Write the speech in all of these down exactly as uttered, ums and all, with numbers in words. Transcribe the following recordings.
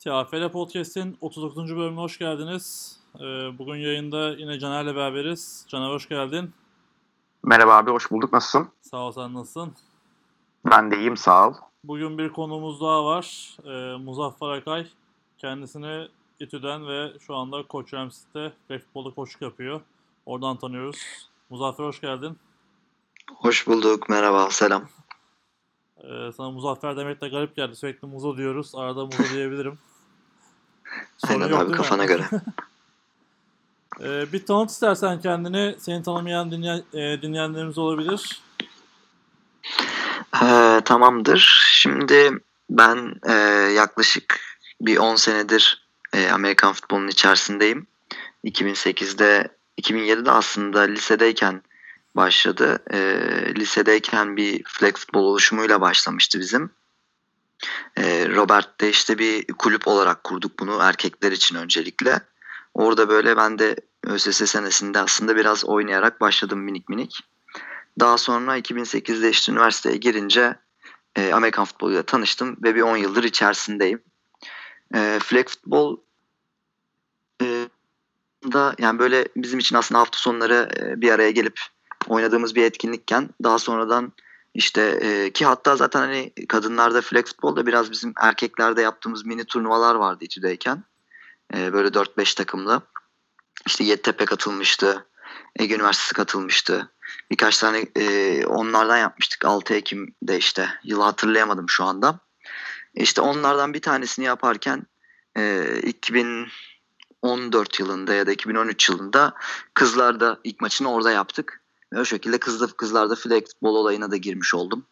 T A F L Podcast'in otuz dokuzuncu bölümüne hoş geldiniz. Ee, bugün yayında yine Caner'le beraberiz. Caner hoş geldin. Merhaba abi, hoş bulduk. Nasılsın? Sağ ol, sen nasılsın? Ben de iyiyim, sağ ol. Bugün bir konuğumuz daha var. Ee, Muzaffer Akay. Kendisini İTÜ'den ve şu anda Koç Ramsey'de futbolda koçluk yapıyor. Oradan tanıyoruz. Muzaffer hoş geldin. Hoş bulduk, merhaba, selam. Ee, sana Muzaffer demek de garip geldi. Sürekli Muzo diyoruz. Arada Muzo diyebilirim. Sorun Aynen yok abi, değil mi? kafana göre. Ee, bir tanıt istersen kendini. Seni tanımayan dinleyen, e, dinleyenlerimiz olabilir. Ee, tamamdır. Şimdi ben e, yaklaşık bir on senedir e, Amerikan futbolunun içerisindeyim. iki bin sekizde, iki bin yedide aslında lisedeyken başladı. E, lisedeyken bir flag futbol oluşumuyla başlamıştı bizim. E, Robert'te işte bir kulüp olarak kurduk bunu erkekler için öncelikle. Orada böyle ben de ÖSS senesinde aslında biraz oynayarak başladım minik minik. Daha sonra iki bin sekizde işte üniversiteye girince e, Amerikan futboluyla tanıştım ve bir on yıldır içerisindeyim. E, flag futbol e, da yani böyle bizim için aslında hafta sonları e, bir araya gelip oynadığımız bir etkinlikken daha sonradan işte e, ki hatta zaten hani kadınlarda flag futbolda biraz bizim erkeklerde yaptığımız mini turnuvalar vardı İTÜ'deyken. E, böyle dört beş takımlı. İşte Yeditepe katılmıştı. Ege Üniversitesi katılmıştı. Birkaç tane e, onlardan yapmıştık. altı Ekim'de işte. Yılı hatırlayamadım şu anda. İşte onlardan bir tanesini yaparken e, iki bin on dört yılında ya da iki bin on üç yılında kızlarda ilk maçını orada yaptık. Ve o şekilde kızda, kızlarda flag futbol olayına da girmiş oldum.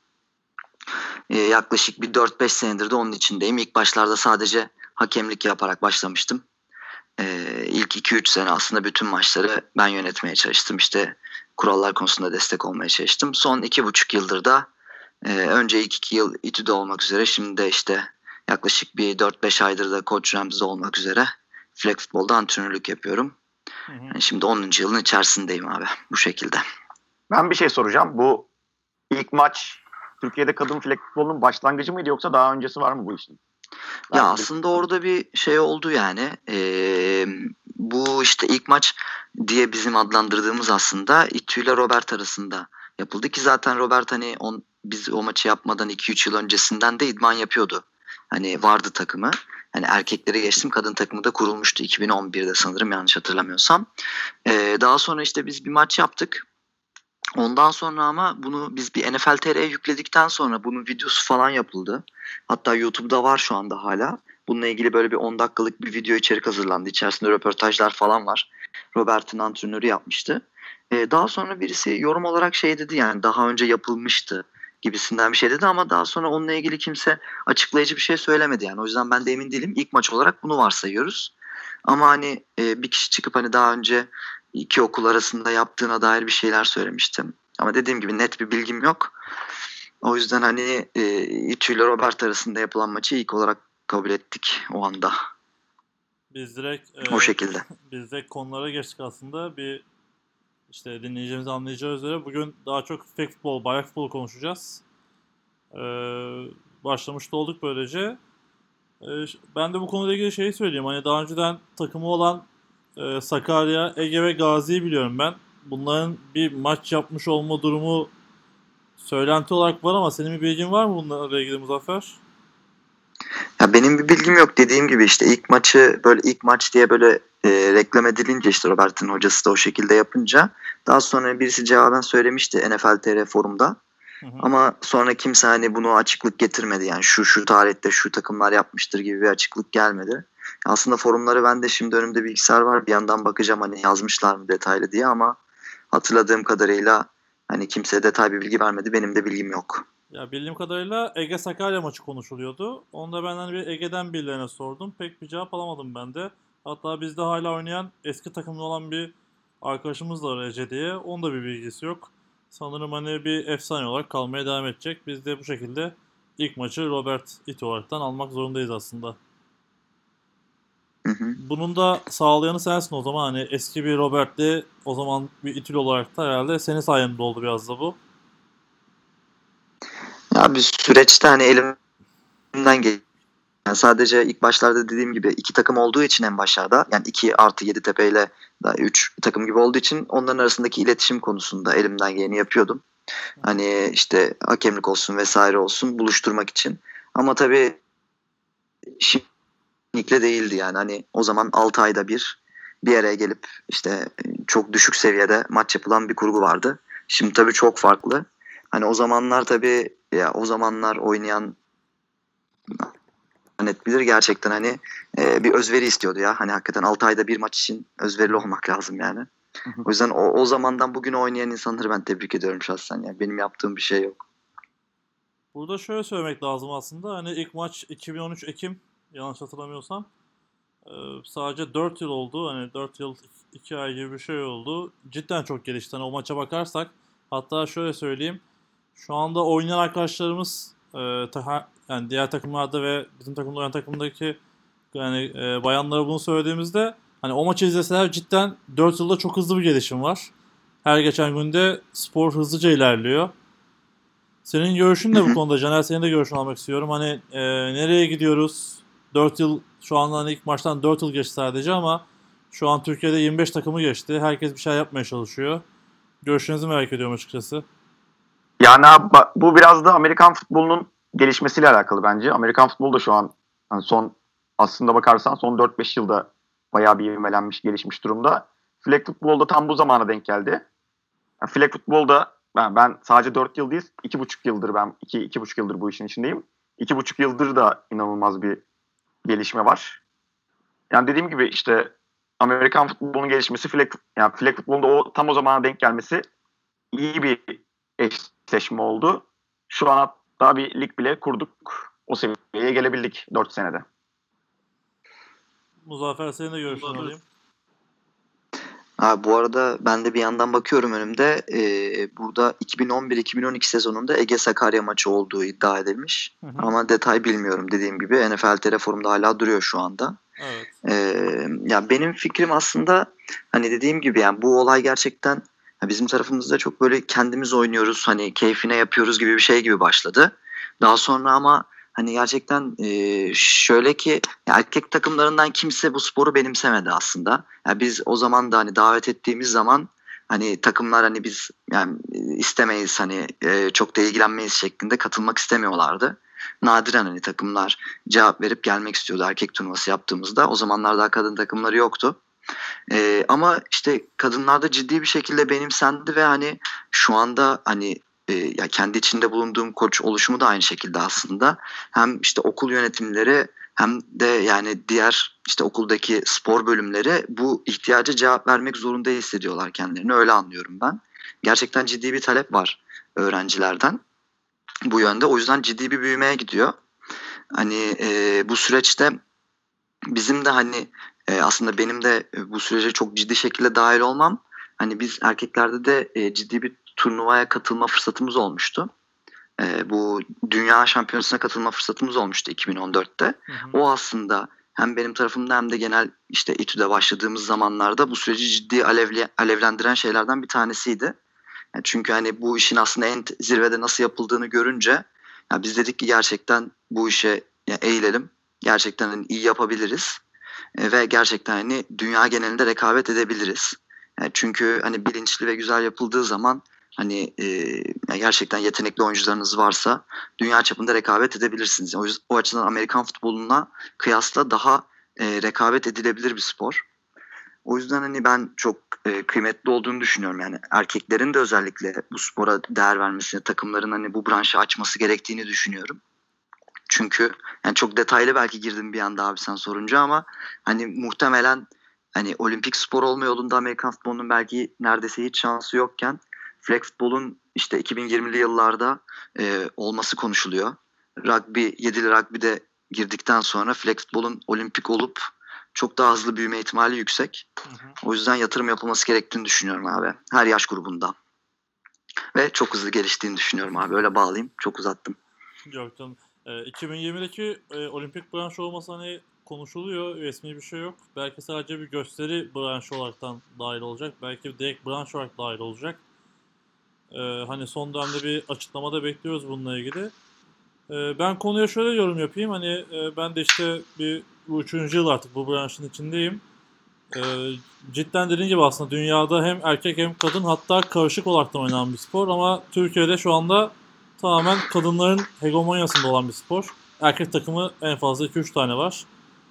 E, yaklaşık bir dört beş senedir de onun içindeyim. İlk başlarda sadece hakemlik yaparak başlamıştım. Ee, ilk iki üç sene aslında bütün maçları ben yönetmeye çalıştım. İşte kurallar konusunda destek olmaya çalıştım. Son iki buçuk yıldır da e, önce ilk iki yıl İTÜ'de olmak üzere şimdi de işte yaklaşık bir dört beş aydır da Koç Ramsey'de olmak üzere flag futbolda antrenörlük yapıyorum. Hı hı. Yani şimdi onuncu yılın içerisindeyim abi bu şekilde. Ben bir şey soracağım. Bu ilk maç Türkiye'de kadın flag futbolunun başlangıcı mıydı yoksa daha öncesi var mı bu işin? Ya Ben- aslında orada bir şey oldu yani. Ee, bu işte ilk maç diye bizim adlandırdığımız aslında İTÜ ile Robert arasında yapıldı ki zaten Robert hani on, biz o maçı yapmadan iki üç yıl öncesinden de idman yapıyordu. Hani vardı takımı. Hani erkekleri geçtim, kadın takımı da kurulmuştu iki bin on birde sanırım, yanlış hatırlamıyorsam. Ee, daha sonra işte biz bir maç yaptık. Ondan sonra ama bunu biz bir N F L T R'ye yükledikten sonra bunun videosu falan yapıldı. Hatta YouTube'da var şu anda hala. Bununla ilgili böyle bir on dakikalık bir video içerik hazırlandı. İçerisinde röportajlar falan var. Robert'in antrenörü yapmıştı. Ee, daha sonra birisi yorum olarak şey dedi, yani daha önce yapılmıştı gibisinden bir şey dedi ama daha sonra onunla ilgili kimse açıklayıcı bir şey söylemedi yani. O yüzden ben de emin değilim. İlk maç olarak bunu varsayıyoruz. Ama hani e, bir kişi çıkıp hani daha önce iki okul arasında yaptığına dair bir şeyler söylemiştim. Ama dediğim gibi net bir bilgim yok. O yüzden hani e, İTÜ ile Robert arasında yapılan maçı ilk olarak kabul ettik o anda. Biz direkt e, O şekilde. biz direkt konulara geçtik aslında. Bir işte dinleyeceğimiz anlayacağı üzere bugün daha çok flag futbol, bayrak futbolu konuşacağız. Ee, başlamış da olduk böylece. Ee, ş- ben de bu konuyla ilgili şeyi söyleyeyim. Hani daha önceden takımı olan e, Sakarya, Ege ve Gazi'yi biliyorum ben. Bunların bir maç yapmış olma durumu söylenti olarak var ama senin bir bilgin var mı bunlarla ilgili Muzaffer? Ya benim bir bilgim yok, dediğim gibi işte ilk maçı böyle ilk maç diye böyle e, reklam edilince işte Robert'in hocası da o şekilde yapınca daha sonra birisi cevaben söylemişti N F L T R forumda. Hı hı. Ama sonra kimse hani bunu açıklık getirmedi, yani şu şu tarihte şu takımlar yapmıştır gibi bir açıklık gelmedi. Aslında forumları ben de şimdi önümde bilgisayar var, bir yandan bakacağım hani yazmışlar mı detaylı diye ama hatırladığım kadarıyla hani kimse detay bir bilgi vermedi, benim de bilgim yok. Ya bildiğim kadarıyla Ege Sakarya maçı konuşuluyordu. Onu da ben hani bir Ege'den birilerine sordum. Pek bir cevap alamadım ben de. Hatta bizde hala oynayan eski takımda olan bir arkadaşımız da var Ece diye. Onun da bir bilgisi yok. Sanırım hani bir efsane olarak kalmaya devam edecek. Biz de bu şekilde ilk maçı Robert İti olaraktan almak zorundayız aslında. Hı hı. Bunun da sağlayanı sensin o zaman. Hani eski bir Robert'li o zaman bir İtili olarak da herhalde senin sayende oldu biraz da bu. Ya bir süreçte hani elimden gelen Yani sadece ilk başlarda dediğim gibi iki takım olduğu için en başlarda, yani iki artı Yeditepe ile üç takım gibi olduğu için onların arasındaki iletişim konusunda elimden geleni yapıyordum. Hani işte hakemlik olsun vesaire olsun buluşturmak için. Ama tabii şimdilikle değildi yani. Hani o zaman altı ayda bir bir araya gelip işte çok düşük seviyede maç yapılan bir kurgu vardı. Şimdi tabii çok farklı. Hani o zamanlar tabii ya o zamanlar oynayan net bilir gerçekten hani e, bir özveri istiyordu ya. Hani hakikaten altı ayda bir maç için özverili olmak lazım yani. O yüzden o, o zamandan bugüne oynayan insanları ben tebrik ediyorum şahsen. Yani benim yaptığım bir şey yok. Burada şöyle söylemek lazım aslında. Hani ilk maç iki bin on üç Ekim yanlış hatırlamıyorsam. Ee, sadece dört yıl oldu. Hani dört yıl iki ay gibi bir şey oldu. Cidden çok gelişti. Hani o maça bakarsak, hatta şöyle söyleyeyim. Şu anda oynayan arkadaşlarımız e, ta- yani diğer takımlarda ve bizim takımda oynayan takımdaki yani e, bayanlara bunu söylediğimizde hani o maçı izleseler cidden dört yılda çok hızlı bir gelişim var. Her geçen günde spor hızlıca ilerliyor. Senin görüşün Hı de bu hı. konuda. Caner, senin de görüşünü almak istiyorum. Hani e, nereye gidiyoruz? Dört yıl şu anda hani ilk maçtan dört yıl geçti sadece ama şu an Türkiye'de yirmi beş takımı geçti. Herkes bir şey yapmaya çalışıyor. Görüşünüzü merak ediyorum açıkçası. Yani abi, ba- bu biraz da Amerikan futbolunun gelişmesiyle alakalı bence. Amerikan futbolu da şu an hani son aslında bakarsan son dört beş yılda bayağı bir ivmelenmiş, gelişmiş durumda. Flag futbolda tam bu zamana denk geldi. Yani flag futbolda ben, ben sadece dört yıl değil, iki buçuk yıldır ben iki, iki buçuk yıldır bu işin içindeyim. iki buçuk yıldır da inanılmaz bir gelişme var. Yani dediğim gibi işte Amerikan futbolunun gelişmesi, flag, yani flag futbolunda o tam o zamana denk gelmesi iyi bir eşleşme oldu. Şu an hatta bir lig bile kurduk. O seviyeye gelebildik dört senede. Muzaffer, senin de görüşünü alayım. Ha, bu arada ben de bir yandan bakıyorum önümde. Ee, burada iki bin on bir iki bin on iki sezonunda Ege Sakarya maçı olduğu iddia edilmiş. Hı hı. Ama detay bilmiyorum, dediğim gibi. N F L T R forumda hala duruyor şu anda. Evet. Ee, ya benim fikrim aslında hani dediğim gibi yani bu olay gerçekten ya bizim tarafımızda çok böyle kendimiz oynuyoruz, hani keyfine yapıyoruz gibi bir şey gibi başladı. Daha sonra ama hani gerçekten e, şöyle ki ya erkek takımlarından kimse bu sporu benimsemedi aslında. Ya biz o zaman da hani davet ettiğimiz zaman hani takımlar hani biz yani istemeyiz, hani e, çok da ilgilenmeyiz şeklinde katılmak istemiyorlardı. Nadiren hani takımlar cevap verip gelmek istiyordu erkek turnuvası yaptığımızda. O zamanlar daha kadın takımları yoktu. Ee, ama işte kadınlarda ciddi bir şekilde benimsendi ve hani şu anda hani e, ya kendi içinde bulunduğum koç oluşumu da aynı şekilde aslında. Hem işte okul yönetimleri hem de yani diğer işte okuldaki spor bölümleri bu ihtiyaca cevap vermek zorunda hissediyorlar kendilerini. Öyle anlıyorum ben. Gerçekten ciddi bir talep var öğrencilerden bu yönde. O yüzden ciddi bir büyümeye gidiyor. Hani e, bu süreçte bizim de hani e, aslında benim de e, bu sürece çok ciddi şekilde dahil olmam. Hani biz erkeklerde de e, ciddi bir turnuvaya katılma fırsatımız olmuştu. E, bu Dünya Şampiyonası'na katılma fırsatımız olmuştu iki bin on dörtte. Hı hı. O aslında hem benim tarafımda hem de genel işte İTÜ'de başladığımız zamanlarda bu süreci ciddi alevli, alevlendiren şeylerden bir tanesiydi. Yani çünkü hani bu işin aslında en zirvede nasıl yapıldığını görünce ya biz dedik ki gerçekten bu işe ya eğilelim. Gerçekten hani iyi yapabiliriz. E, ve gerçekten hani dünya genelinde rekabet edebiliriz. Yani çünkü hani bilinçli ve güzel yapıldığı zaman hani e, yani gerçekten yetenekli oyuncularınız varsa dünya çapında rekabet edebilirsiniz. O, yüzden, o açıdan Amerikan futboluna kıyasla daha e, rekabet edilebilir bir spor. O yüzden hani ben çok e, kıymetli olduğunu düşünüyorum. Yani erkeklerin de özellikle bu spora değer vermesini, takımların hani bu branşı açması gerektiğini düşünüyorum. Çünkü yani çok detaylı belki girdim bir anda abi sen sorunca ama hani muhtemelen hani olimpik spor olma yolunda Amerikan futbolunun belki neredeyse hiç şansı yokken flag futbolun işte iki bin yirmili yıllarda e, olması konuşuluyor. Rugby, yedili rugby'de girdikten sonra flag futbolun olimpik olup çok daha hızlı büyüme ihtimali yüksek. Hı hı. O yüzden yatırım yapılması gerektiğini düşünüyorum abi. Her yaş grubunda. Ve çok hızlı geliştiğini düşünüyorum abi. Öyle bağlayayım. Çok uzattım. Yok canım. Ee, iki bin yirmideki e, olimpik branş olması hani konuşuluyor. Resmi bir şey yok. Belki sadece bir gösteri branşı olaraktan dahil olacak. Belki direkt branş olarak dahil olacak. Ee, hani son dönemde bir açıklamada bekliyoruz bununla ilgili. Ee, ben konuya şöyle yorum yapayım. Hani e, ben de işte bir bu üçüncü yıl artık bu branşın içindeyim. Ee, cidden dediğim gibi aslında dünyada hem erkek hem kadın hatta karışık olarak da oynanan bir spor ama Türkiye'de şu anda tamamen kadınların hegemonyasında olan bir spor. Erkek takımı en fazla iki üç tane var.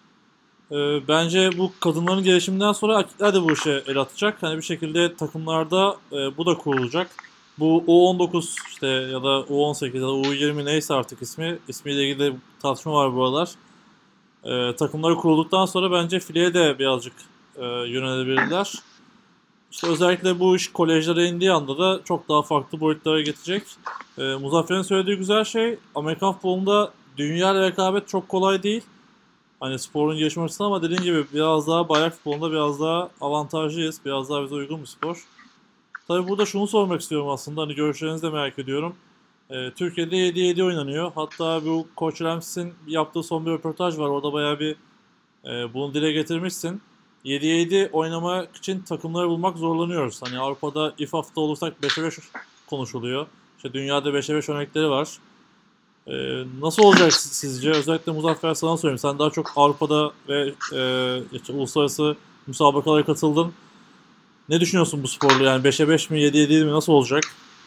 Ee, bence bu kadınların gelişiminden sonra erkekler de bu işe el atacak. Hani bir şekilde takımlarda e, bu da kurulacak. Bu U on dokuz işte ya da U on sekiz ya da U yirmi neyse artık ismi. İsmiyle ilgili de tartışma var bu aralar. Ee, takımları kurulduktan sonra bence fileye de birazcık e, yönelebilirler. İşte özellikle bu iş kolejlere indiği anda da çok daha farklı boyutlara getirecek. Ee, Muzaffer'in söylediği güzel şey Amerikan futbolunda dünya rekabet çok kolay değil. Hani sporun gelişmesi açısından ama dediğin gibi biraz daha bayrak futbolunda biraz daha avantajlıyız. Biraz daha bize uygun bir spor. Tabii burada şunu sormak istiyorum aslında. Hani görüşlerinizi de merak ediyorum. Ee, Türkiye'de yedi yedi oynanıyor. Hatta bu Koç Rams'in yaptığı son bir röportaj var. Orada bayağı bir e, bunu dile getirmişsin. yedi yedi oynamak için takımları bulmak zorlanıyoruz. Hani Avrupa'da I F A F'ta olursak beşe beş konuşuluyor. İşte dünyada beşe beş örnekleri var. Ee, nasıl olacak sizce? Özellikle Muzaffer sana sorayım. Sen daha çok Avrupa'da ve e, işte uluslararası müsabakalara katıldın. Ne düşünüyorsun bu sporla? Yani beşe beş mi yediye yedi mi nasıl olacak?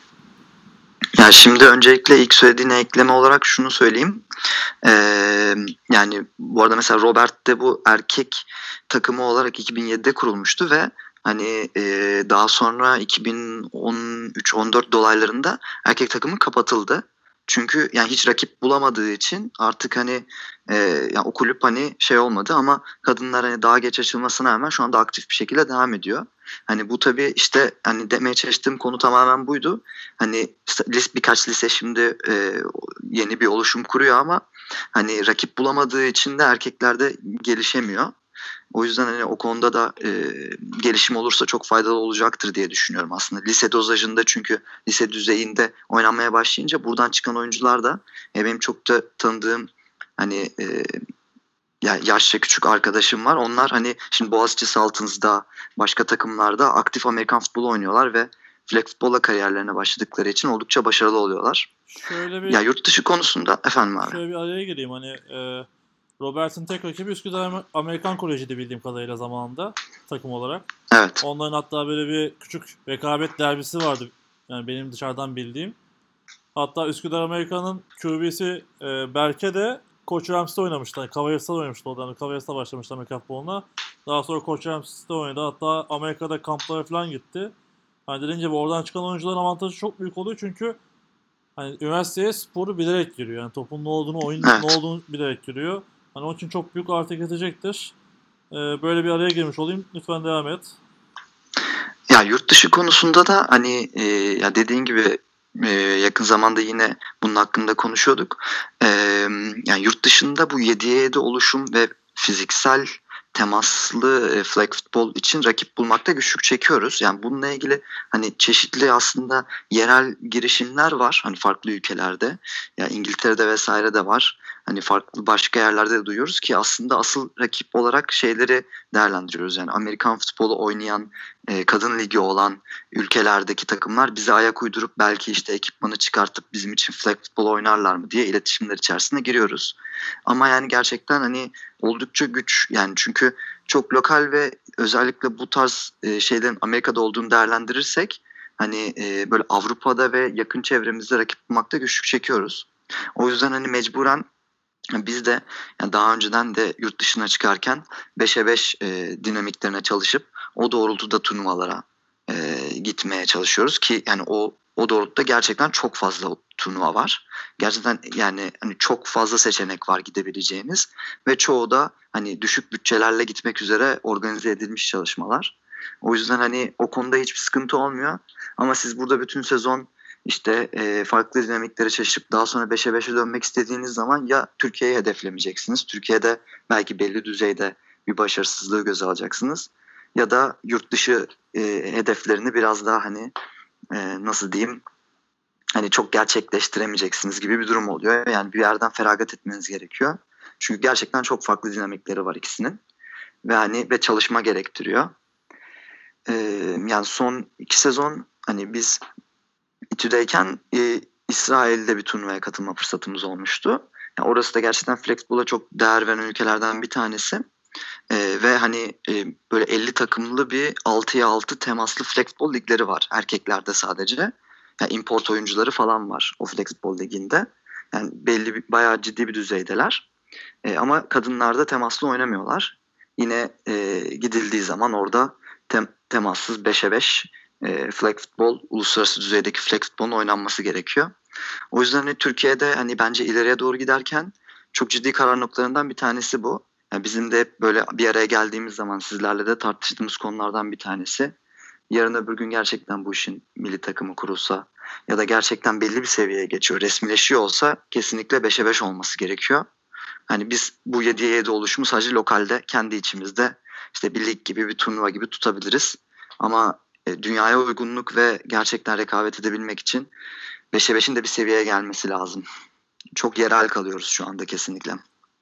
Ya şimdi öncelikle ilk söylediğine ekleme olarak şunu söyleyeyim. Ee, yani bu arada mesela Robert de bu erkek takımı olarak iki bin yedide kurulmuştu ve hani e, daha sonra iki bin on üç on dört dolaylarında erkek takımı kapatıldı. Çünkü yani hiç rakip bulamadığı için artık hani e, yani o kulüp hani şey olmadı ama kadınlar hani daha geç açılmasına rağmen şu anda aktif bir şekilde devam ediyor. Hani bu tabii işte hani demeye çalıştığım konu tamamen buydu. Hani lis- birkaç lise şimdi e, yeni bir oluşum kuruyor ama hani rakip bulamadığı için de erkeklerde gelişemiyor. O yüzden hani o konuda da e, gelişim olursa çok faydalı olacaktır diye düşünüyorum aslında. Lise dozajında çünkü lise düzeyinde oynanmaya başlayınca buradan çıkan oyuncular da e, benim çok da tanıdığım hani e, yani yaşça küçük arkadaşım var. Onlar hani şimdi Boğaziçi Saltins'da başka takımlarda aktif Amerikan futbolu oynuyorlar ve flag futbolla kariyerlerine başladıkları için oldukça başarılı oluyorlar. Şöyle bir Ya yurt dışı konusunda efendim abi. şöyle bir araya gireyim. Hani e, Robert'in tek rakibi Üsküdar Amerikan Koleji'ydi bildiğim kadarıyla zamanında takım olarak. Evet. Onların hatta böyle bir küçük rekabet derbisi vardı. Yani benim dışarıdan bildiğim. Hatta Üsküdar Amerika'nın Q B'si e, Berke de Koç Rams'te oynamıştı. Yani Cavaliers'ta oynamıştı o da. Cavaliers'ta başlamıştı Amerika futboluna. Daha sonra Koç Rams'te oynadı. Hatta Amerika'da kamplara falan gitti. Hani dediğim gibi oradan çıkan oyuncuların avantajı çok büyük oluyor çünkü hani üniversiteye sporu bilerek giriyor. Yani topun ne olduğunu, oyunun ne Evet. olduğunu bilerek giriyor. Hani onun için çok büyük artı getirecektir. Ee, böyle bir araya girmiş olayım. Lütfen devam et. Ya yurt dışı konusunda da hani e, ya dediğin gibi e, yakın zamanda yine bunun hakkında konuşuyorduk. E, yani yurt dışında bu yediye yedi oluşum ve fiziksel temaslı e, flag futbol için rakip bulmakta güçlük çekiyoruz. Yani bununla ilgili hani çeşitli aslında yerel girişimler var hani farklı ülkelerde. Ya İngiltere'de vesaire de var. Hani farklı başka yerlerde de duyuyoruz ki aslında asıl rakip olarak şeyleri değerlendiriyoruz. Yani Amerikan futbolu oynayan e, kadın ligi olan ülkelerdeki takımlar bize ayak uydurup belki işte ekipmanı çıkartıp bizim için flag futbol oynarlar mı diye iletişimler içerisine giriyoruz. Ama yani gerçekten hani oldukça güç yani çünkü çok lokal ve özellikle bu tarz e, şeylerin Amerika'da olduğunu değerlendirirsek hani e, böyle Avrupa'da ve yakın çevremizde rakip bulmakta güçlük çekiyoruz. O yüzden hani mecburen biz de yani daha önceden de yurt dışına çıkarken beşe beş e, dinamiklerine çalışıp o doğrultuda turnuvalara e, gitmeye çalışıyoruz ki yani o o doğrultuda gerçekten çok fazla turnuva var. Gerçekten yani hani çok fazla seçenek var gidebileceğiniz ve çoğu da hani düşük bütçelerle gitmek üzere organize edilmiş çalışmalar. O yüzden hani o konuda hiçbir sıkıntı olmuyor. Ama siz burada bütün sezon işte e, farklı dinamiklere çalışıp daha sonra beşe beşe dönmek istediğiniz zaman ya Türkiye'yi hedeflemeyeceksiniz. Türkiye'de belki belli düzeyde bir başarısızlığı göze alacaksınız. Ya da yurt dışı e, hedeflerini biraz daha hani e, nasıl diyeyim hani çok gerçekleştiremeyeceksiniz gibi bir durum oluyor. Yani bir yerden feragat etmeniz gerekiyor. Çünkü gerçekten çok farklı dinamikleri var ikisinin. Ve hani ve çalışma gerektiriyor. E, yani son iki sezon hani biz İTÜ'deyken e, İsrail'de bir turnuvaya katılma fırsatımız olmuştu. Yani orası da gerçekten flexball'a çok değer veren ülkelerden bir tanesi. Ee, ve hani e, böyle elli takımlı bir altıya altı temaslı flexball ligleri var erkeklerde sadece. Yani import oyuncuları falan var o flexball liginde. Yani belli bir, bayağı ciddi bir düzeydeler. E, ama kadınlarda temaslı oynamıyorlar. Yine e, gidildiği zaman orada tem, temassız beşe beş e, flag futbol, uluslararası düzeydeki flag futbolun oynanması gerekiyor. O yüzden hani Türkiye'de hani bence ileriye doğru giderken çok ciddi karar noktalarından bir tanesi bu. Yani bizim de hep böyle bir araya geldiğimiz zaman sizlerle de tartıştığımız konulardan bir tanesi. Yarın öbür gün gerçekten bu işin milli takımı kurulsa ya da gerçekten belli bir seviyeye geçiyor, resmileşiyor olsa kesinlikle beşe beş olması gerekiyor. Hani biz bu yediye yedi oluşumu sadece lokalde, kendi içimizde işte bir lig gibi, bir turnuva gibi tutabiliriz. Ama e, dünyaya uygunluk ve gerçekten rekabet edebilmek için beşe beşin de bir seviyeye gelmesi lazım. Çok yerel kalıyoruz şu anda kesinlikle.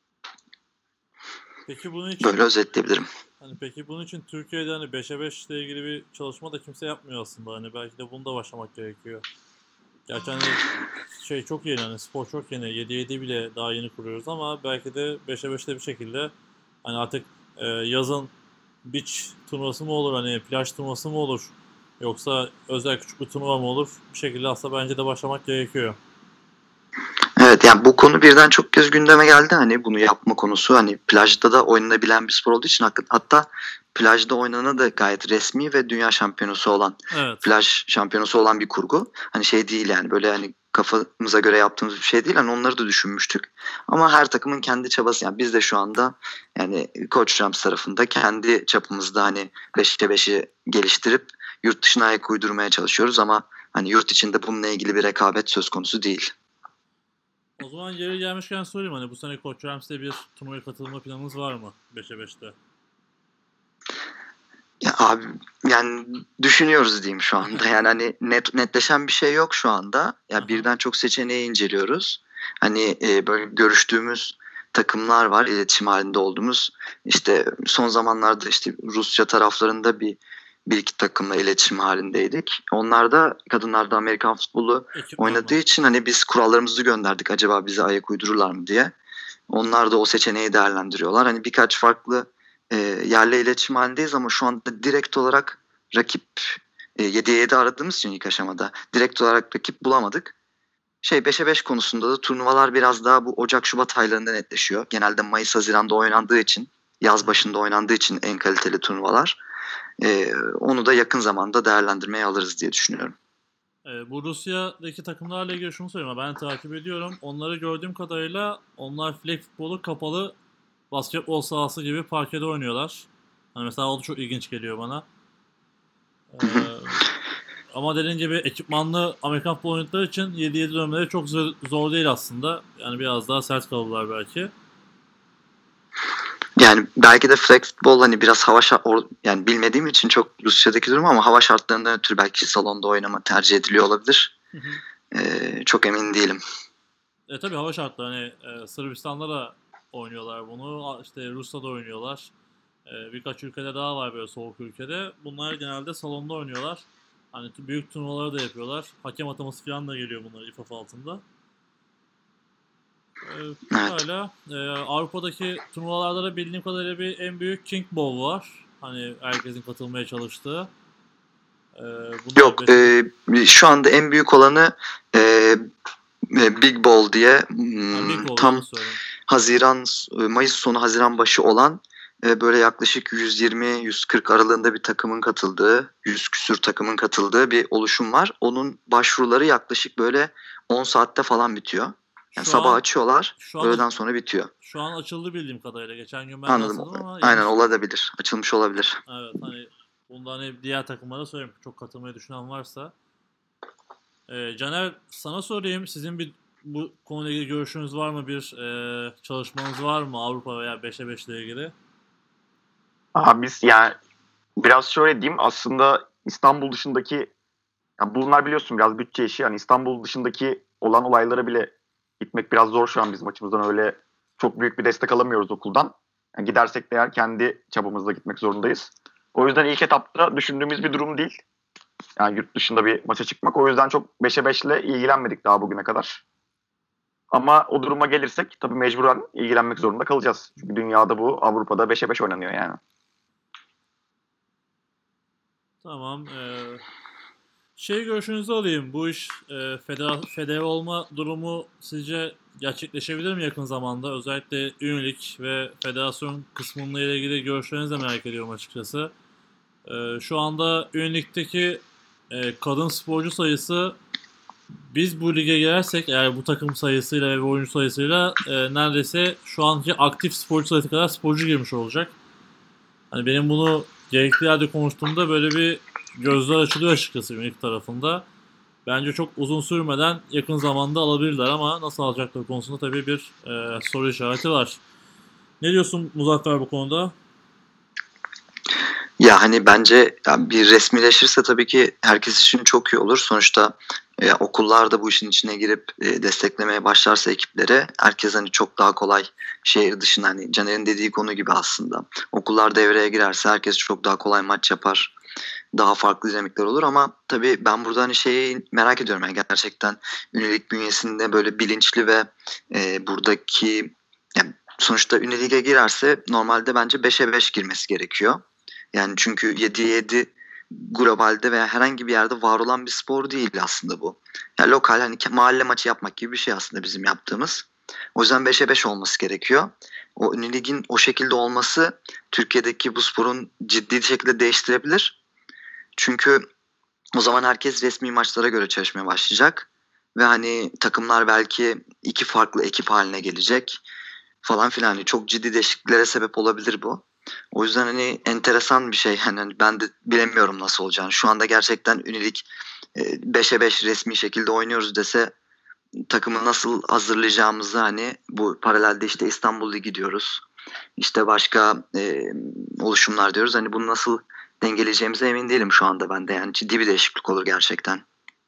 Peki bunun için Böyle özetleyebilirim. hani peki bunun için Türkiye'de hani beşe beş ile ilgili bir çalışma da kimse yapmıyor aslında. Hani belki de bunu da başlamak gerekiyor. Gerçi hani şey çok yeni, hani spor çok yeni. yediye yedi bile daha yeni kuruyoruz ama belki de beşe beşte bir şekilde hani artık e, yazın beach turnuvası mı olur, hani plaj turnuvası mı olur, yoksa özel küçük bir turnuva mı olur, bir şekilde aslında bence de başlamak gerekiyor. Evet, yani bu konu birden çok kez gündeme geldi, hani bunu yapma konusu. Hani plajda da oynanabilen bir spor olduğu için hak- hatta plajda oynananı da gayet resmi ve dünya şampiyonası olan, Evet. plaj şampiyonası olan bir kurgu. Hani şey değil yani, böyle hani kafamıza göre yaptığımız bir şey değil. Hani onları da düşünmüştük. Ama her takımın kendi çabası, yani biz de şu anda yani Coach Rams tarafında kendi çapımızda hani beşe beşi geliştirip yurt dışına ayak uydurmaya çalışıyoruz ama hani yurt içinde bununla ilgili bir rekabet söz konusu değil. O zaman yeri gelmişken sorayım, hani bu sene Koç Rams'te bir turnuvaya katılma planınız var mı beşe beşte? Ya abi, yani düşünüyoruz diyeyim şu anda. Yani hani net netleşen bir şey yok şu anda. Ya Aha. birden çok seçeneği inceliyoruz. Hani e, böyle görüştüğümüz takımlar var, iletişim halinde olduğumuz. İşte son zamanlarda işte Rusya taraflarında bir bir iki takımla iletişim halindeydik. Onlar da, kadınlar da Amerikan futbolu oynadığı Ekipmanla. için hani biz kurallarımızı gönderdik, acaba bize ayak uydururlar mı diye. Onlar da o seçeneği değerlendiriyorlar. Hani birkaç farklı e, yerle iletişim halindeyiz ama şu anda direkt olarak rakip, e, yediye yedi aradığımız için ilk aşamada direkt olarak rakip bulamadık. Şey, beşe beş konusunda da turnuvalar biraz daha bu Ocak-Şubat aylarında netleşiyor. Genelde Mayıs-Haziran'da oynandığı için, Hı yaz hı. başında oynandığı için en kaliteli turnuvalar. E, onu da yakın zamanda değerlendirmeye alırız diye düşünüyorum. Ee, bu Rusya'daki takımlarla ilgili şunu söyleyeyim. Ben takip ediyorum. Onları gördüğüm kadarıyla onlar flag futbolu kapalı basketbol sahası gibi parkede oynuyorlar. Hani mesela o da çok ilginç geliyor bana. Ee, ama dediğin gibi ekipmanlı Amerikan futbol oynadıkları için yedi yedi dönmeleri çok zor, zor değil aslında. Yani biraz daha sert kalırlar belki. Yani belki de flag futbol hani biraz hava şart, yani bilmediğim için çok Rusya'daki durum, ama hava şartlarından ötürü belki salonda oynama tercih ediliyor olabilir. Hı hı. Ee, çok emin değilim. E tabii hava şartları, hani e, Sırbistan'da da oynuyorlar bunu. A- İşte Rusya'da oynuyorlar. E, birkaç ülkede daha var böyle soğuk ülkede. Bunlar genelde salonda oynuyorlar. Hani t- büyük turnuvaları da yapıyorlar. Hakem ataması falan da geliyor bunlar I F F altında. E, Evet. pekala. E, Avrupa'daki turnuvalarda da bildiğim kadarıyla bir en büyük King Bowl var. Hani herkesin katılmaya çalıştığı. E, bunlar Yok, beşe beş. e, şu anda en büyük olanı e, e, Big Ball diye, Ha, Big hmm, Bowl, tam yanlış söyledim. Haziran, e, Mayıs sonu Haziran başı olan, e, böyle yaklaşık yüz yirmi yüz kırk aralığında bir takımın katıldığı, yüz küsür takımın katıldığı bir oluşum var. Onun başvuruları yaklaşık böyle on saatte falan bitiyor. Yani Şu sabah an açıyorlar, şu an öğleden sonra bitiyor. Şu an açıldı bildiğim kadarıyla. Geçen gün ben Anladım. rastladım ama Aynen, yanlış. olabilir. Açılmış olabilir. Evet, hani bunda hani diğer takımlara söyleyeyim. Çok katılmayı düşünen varsa. Ee, Caner, sana sorayım. Sizin bir bu konuyla ilgili görüşünüz var mı? Bir e, çalışmanız var mı Avrupa veya beşe beş ile ilgili? Abi biz yani biraz şöyle diyeyim, aslında İstanbul dışındaki, ya bunlar biliyorsun biraz bütçe işi. Yani İstanbul dışındaki olan olaylara bile gitmek biraz zor şu an bizim açımızdan. Öyle çok büyük bir destek alamıyoruz okuldan. Yani gidersek de eğer kendi çabamızla gitmek zorundayız. O yüzden ilk etapta düşündüğümüz bir durum değil. Yani yurt dışında bir maça çıkmak. O yüzden çok beşe beşle ilgilenmedik daha bugüne kadar. Ama o duruma gelirsek tabii mecburen ilgilenmek zorunda kalacağız. Çünkü dünyada bu, Avrupa'da beşe beş oynanıyor yani. Tamam. Ee, şey görüşünüzü alayım. Bu iş e, federa, federe olma durumu sizce gerçekleşebilir mi yakın zamanda? Özellikle üyelik ve federasyon kısmıyla ilgili görüşlerinizi de merak ediyorum açıkçası. Ee, şu anda üyelikteki e, kadın sporcu sayısı, biz bu lige girersek eğer bu takım sayısıyla ve oyuncu sayısıyla e, neredeyse şu anki aktif sporcu sayısı kadar sporcu girmiş olacak. Hani benim bunu gerekli yerde konuştuğumda böyle bir gözler açılıyor açıkçası Unique tarafında. Bence çok uzun sürmeden yakın zamanda alabilirler ama nasıl alacakları konusunda tabii bir e, soru işareti var. Ne diyorsun Muzaffer bu konuda? Ya hani bence ya bir resmileşirse tabii ki herkes için çok iyi olur. Sonuçta e, okullar da bu işin içine girip e, desteklemeye başlarsa ekipleri, herkes hani çok daha kolay şehir dışında, hani Caner'in dediği konu gibi aslında. Okullar devreye girerse herkes çok daha kolay maç yapar. Daha farklı dinamikler olur ama tabii ben burada hani şeyi merak ediyorum. Yani gerçekten ünilik bünyesinde böyle bilinçli ve e, buradaki, yani sonuçta ünilige girerse normalde bence beşe beş girmesi gerekiyor. Yani çünkü yediye yedi globalde veya herhangi bir yerde var olan bir spor değil aslında bu. Yani lokal, hani mahalle maçı yapmak gibi bir şey aslında bizim yaptığımız. O yüzden beşe beş olması gerekiyor. O ünlü ligin o şekilde olması Türkiye'deki bu sporun ciddi şekilde değiştirebilir. Çünkü o zaman herkes resmi maçlara göre çalışmaya başlayacak. Ve hani takımlar belki iki farklı ekip haline gelecek falan filan. Hani çok ciddi değişikliklere sebep olabilir bu. O yüzden hani enteresan bir şey. Yani ben de bilemiyorum nasıl olacağını. Şu anda gerçekten ünilik beşe beş resmi şekilde oynuyoruz dese, takımı nasıl hazırlayacağımızı, hani bu paralelde işte İstanbul Ligi diyoruz. İşte başka e, oluşumlar diyoruz. Hani bunu nasıl dengeleyeceğimize emin değilim şu anda ben de. Yani ciddi bir değişiklik olur gerçekten.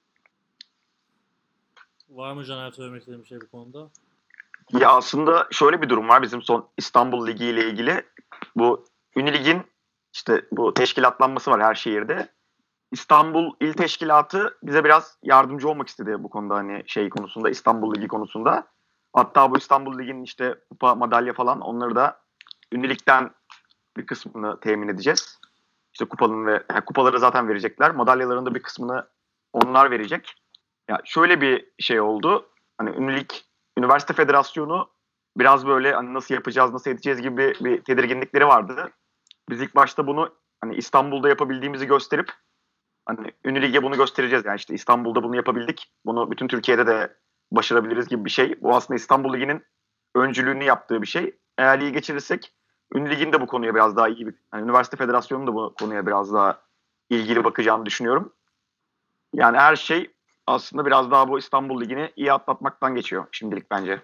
Var mı Caner söylemek istediğin bir şey bu konuda? Ya aslında şöyle bir durum var bizim son İstanbul Ligi ile ilgili. Bu Ünilig'in işte bu teşkilatlanması var her şehirde. İstanbul İl Teşkilatı bize biraz yardımcı olmak istedi bu konuda, hani şey konusunda, İstanbul Ligi konusunda. Hatta bu İstanbul Ligi'nin işte kupa, madalya falan, onları da Ünilig'den bir kısmını temin edeceğiz. İşte kupalın ve yani kupaları zaten verecekler. Madalyaların da bir kısmını onlar verecek. Ya şöyle bir şey oldu. Hani Ünilig Üniversite Federasyonu biraz böyle hani nasıl yapacağız, nasıl edeceğiz gibi bir tedirginlikleri vardı. Biz ilk başta bunu hani İstanbul'da yapabildiğimizi gösterip hani Ünlü Lig'e bunu göstereceğiz. Yani işte İstanbul'da bunu yapabildik. Bunu bütün Türkiye'de de başarabiliriz gibi bir şey. Bu aslında İstanbul Ligi'nin öncülüğünü yaptığı bir şey. Eğer iyi geçirirsek Ünlü Lig'in de bu konuya biraz daha iyi bir... Yani Üniversite Federasyonu da bu konuya biraz daha ilgili bakacağını düşünüyorum. Yani her şey aslında biraz daha bu İstanbul Ligi'ni iyi atlatmaktan geçiyor şimdilik bence.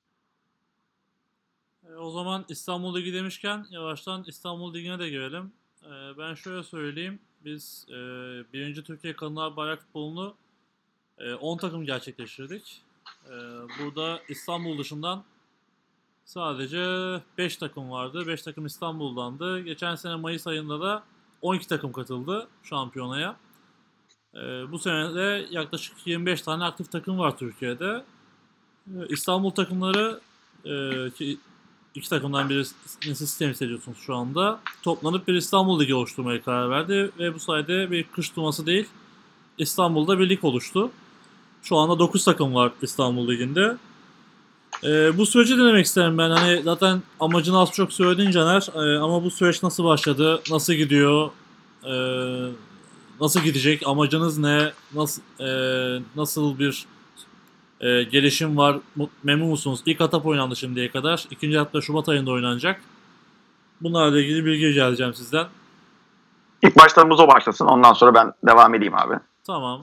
E, o zaman İstanbul Ligi demişken yavaştan İstanbul Ligi'ne de gelelim. E, ben şöyle söyleyeyim. Biz e, birinci Türkiye Kadınlar Bayrak Futbolu'nu e, on takım gerçekleştirdik. E, burada İstanbul dışından sadece beş takım vardı. beş takım İstanbul'dandı. Geçen sene Mayıs ayında da on iki takım katıldı şampiyonaya. E, bu sene de yaklaşık yirmi beş tane aktif takım var Türkiye'de. E, İstanbul takımları, e, ki iki takımdan birini siz temsil ediyorsunuz şu anda, toplanıp bir İstanbul Ligi oluşturmaya karar verdi ve bu sayede bir kış turnuvası değil, İstanbul'da bir lig oluştu. Şu anda dokuz takım var İstanbul Ligi'nde. Ee, bu süreci denemek isterim ben. Hani zaten amacını az çok söyledin Caner. Ee, ama bu süreç nasıl başladı? Nasıl gidiyor? Ee, nasıl gidecek? Amacınız ne? Nasıl e, nasıl bir e, gelişim var? Memnun musunuz? İlk etap oynandı şimdiye kadar. İkinci etap da Şubat ayında oynanacak. Bunlarla ilgili bilgi rica edeceğim sizden. İlk başta Muzo başlasın. Ondan sonra ben devam edeyim abi. Tamam.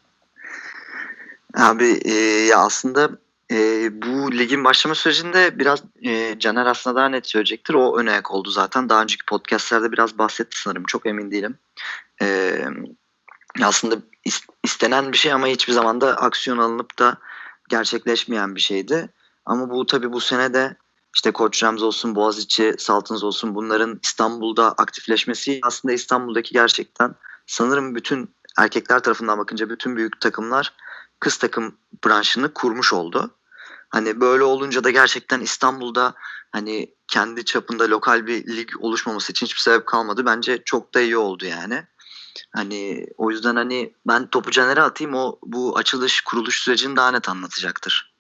Abi e, ya aslında e, bu ligin başlama sürecinde biraz e, Caner aslında daha net söyleyecektir. O ön ayak oldu zaten. Daha önceki podcastlerde biraz bahsetti sanırım. Çok emin değilim. E, aslında istenen bir şey ama hiçbir zaman da aksiyon alınıp da gerçekleşmeyen bir şeydi. Ama bu tabii bu sene de işte Koç Rams olsun, Boğaziçi, Saltınız olsun, bunların İstanbul'da aktifleşmesi aslında İstanbul'daki gerçekten sanırım bütün erkekler tarafından bakınca bütün büyük takımlar kız takım branşını kurmuş oldu. Hani böyle olunca da gerçekten İstanbul'da hani kendi çapında lokal bir lig oluşmaması için hiçbir sebep kalmadı. Bence çok da iyi oldu yani. Hani o yüzden hani ben topu Caner'e atayım, o bu açılış kuruluş sürecini daha net anlatacaktır.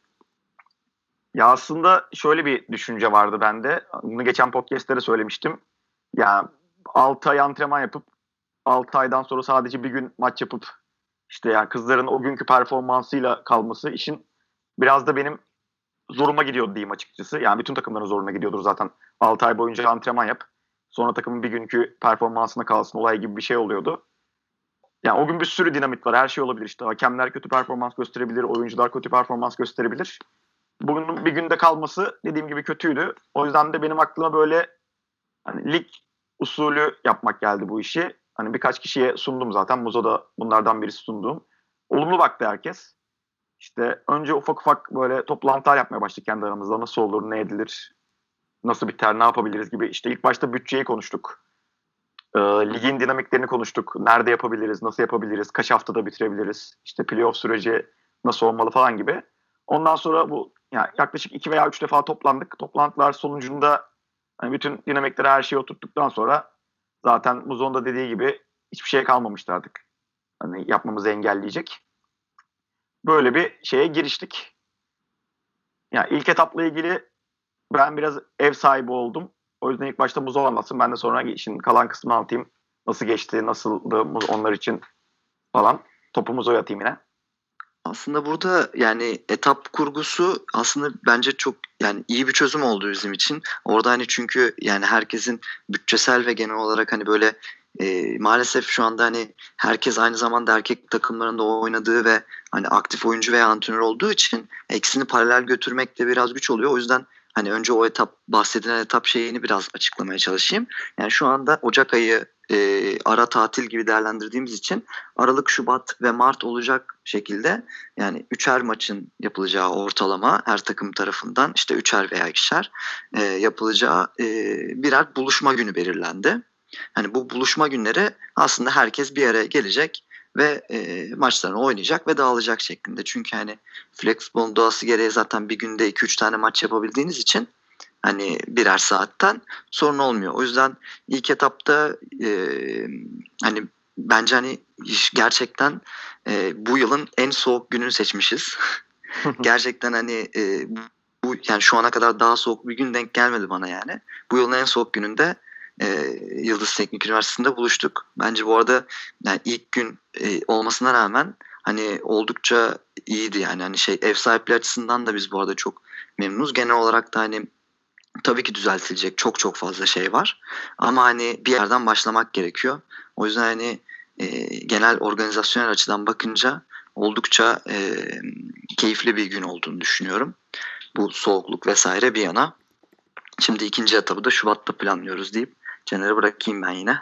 Ya aslında şöyle bir düşünce vardı bende. Bunu geçen podcast'te de söylemiştim. Ya altı ay antrenman yapıp altı aydan sonra sadece bir gün maç yapıp işte yani kızların o günkü performansıyla kalması işin biraz da benim zoruma gidiyordu diyeyim açıkçası. Yani bütün takımların zoruna gidiyordur zaten. altı ay boyunca antrenman yap. Sonra takımın bir günkü performansına kalsın olay gibi bir şey oluyordu. Yani o gün bir sürü dinamik var. Her şey olabilir işte. Hakemler kötü performans gösterebilir. Oyuncular kötü performans gösterebilir. Bugün bir günde kalması dediğim gibi kötüydü. O yüzden de benim aklıma böyle hani lig usulü yapmak geldi bu işi. Hani birkaç kişiye sundum zaten. Muzo da bunlardan birisi sunduğum. Olumlu baktı herkes. İşte önce ufak ufak böyle toplantılar yapmaya başladık kendi aramızda. Nasıl olur, ne edilir, nasıl biter, ne yapabiliriz gibi. İşte ilk başta bütçeyi konuştuk. Ee, ligin dinamiklerini konuştuk. Nerede yapabiliriz, nasıl yapabiliriz, kaç haftada bitirebiliriz, işte playoff süreci nasıl olmalı falan gibi. Ondan sonra bu yani yaklaşık iki veya üç defa toplandık. Toplantılar sonucunda hani bütün dinamikleri her şeyi oturttuktan sonra zaten Muzo'nun da dediği gibi hiçbir şey kalmamıştı artık. Hani yapmamızı engelleyecek. Böyle bir şeye giriştik. Yani ilk etapla ilgili ben biraz ev sahibi oldum. O yüzden ilk başta Muzo anlatsın. Ben de sonra işin kalan kısmını anlatayım. Nasıl geçti, nasıldı onlar için falan. Topu Muzo'ya atayım yine. Aslında burada yani etap kurgusu aslında bence çok yani iyi bir çözüm oldu bizim için. Orada hani çünkü yani herkesin bütçesel ve genel olarak hani böyle e, maalesef şu anda hani herkes aynı zamanda erkek takımlarında oynadığı ve hani aktif oyuncu veya antrenör olduğu için ikisini paralel götürmek de biraz güç oluyor. O yüzden hani önce o etap bahsedilen etap şeyini biraz açıklamaya çalışayım. Yani şu anda Ocak ayı e, ara tatil gibi değerlendirdiğimiz için Aralık, Şubat ve Mart olacak şekilde yani üçer maçın yapılacağı ortalama her takım tarafından işte üçer veya ikişer e, yapılacağı e, birer buluşma günü belirlendi. Hani bu buluşma günleri aslında herkes bir araya gelecek ve e, maçlarını oynayacak ve dağılacak şeklinde. Çünkü hani flexible doğası gereği zaten bir günde iki üç tane maç yapabildiğiniz için hani birer saatten sorun olmuyor. O yüzden ilk etapta e, hani bence hani gerçekten e, bu yılın en soğuk gününü seçmişiz. Gerçekten hani e, bu yani şu ana kadar daha soğuk bir gün denk gelmedi bana yani. Bu yılın en soğuk gününde e, Yıldız Teknik Üniversitesi'nde buluştuk. Bence bu arada yani ilk gün e, olmasına rağmen hani oldukça iyiydi yani. Hani şey ev sahipliği açısından da biz bu arada çok memnunuz. Genel olarak da hani tabii ki düzeltilecek çok çok fazla şey var. Ama hani bir yerden başlamak gerekiyor. O yüzden hani e, genel organizasyonel açıdan bakınca oldukça e, keyifli bir gün olduğunu düşünüyorum. Bu soğukluk vesaire bir yana. Şimdi ikinci etabı da Şubat'ta planlıyoruz deyip Caner'e bırakayım ben yine.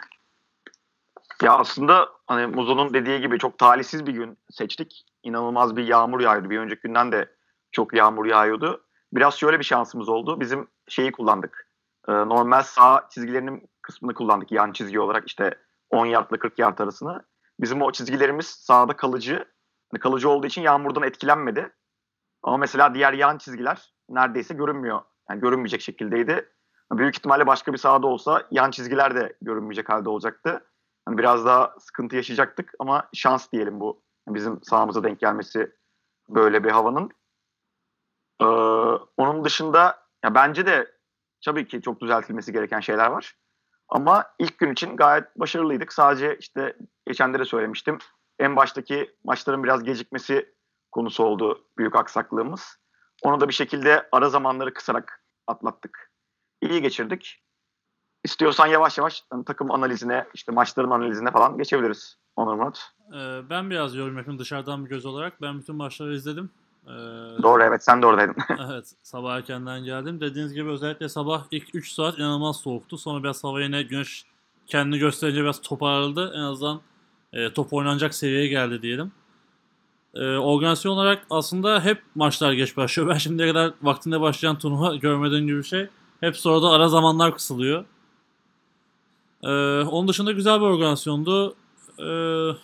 Ya aslında hani Muzo'nun dediği gibi çok talihsiz bir gün seçtik. İnanılmaz bir yağmur yağıyordu. Bir önceki günden de çok yağmur yağıyordu. Biraz şöyle bir şansımız oldu. Bizim şeyi kullandık. Ee, normal sağ çizgilerinin kısmını kullandık. Yan çizgi olarak işte on yardla kırk yard arasını. Bizim o çizgilerimiz sağda kalıcı. Hani kalıcı olduğu için yağmurdan etkilenmedi. Ama mesela diğer yan çizgiler neredeyse görünmüyor. Yani görünmeyecek şekildeydi. Büyük ihtimalle başka bir sahada olsa yan çizgiler de görünmeyecek halde olacaktı. Hani biraz daha sıkıntı yaşayacaktık ama şans diyelim bu. Bizim sahamıza denk gelmesi böyle bir havanın. Ee, onun dışında ya bence de tabii ki çok düzeltilmesi gereken şeyler var. Ama ilk gün için gayet başarılıydık. Sadece işte geçen de söylemiştim. En baştaki maçların biraz gecikmesi konusu oldu büyük aksaklığımız. Onu da bir şekilde ara zamanları kısarak atlattık. İyi geçirdik. İstiyorsan yavaş yavaş hani takım analizine, işte maçların analizine falan geçebiliriz. Onur Murat. Ee, ben biraz yorum yapayım dışarıdan bir göz olarak. Ben bütün maçları izledim. Ee, Doğru, evet, sen de oradaydın. evet, sabah erkenden geldim. Dediğiniz gibi özellikle sabah ilk üç saat inanılmaz soğuktu. Sonra biraz hava yine güneş kendini gösterince biraz toparladı. En azından e, top oynanacak seviyeye geldi diyelim. E, organizasyon olarak aslında hep maçlar geç başlıyor. Ben şimdiye kadar vaktinde başlayan turnuva görmediğim gibi bir şey. Hep sonra da ara zamanlar kısılıyor. E, onun dışında güzel bir organizasyondu. E,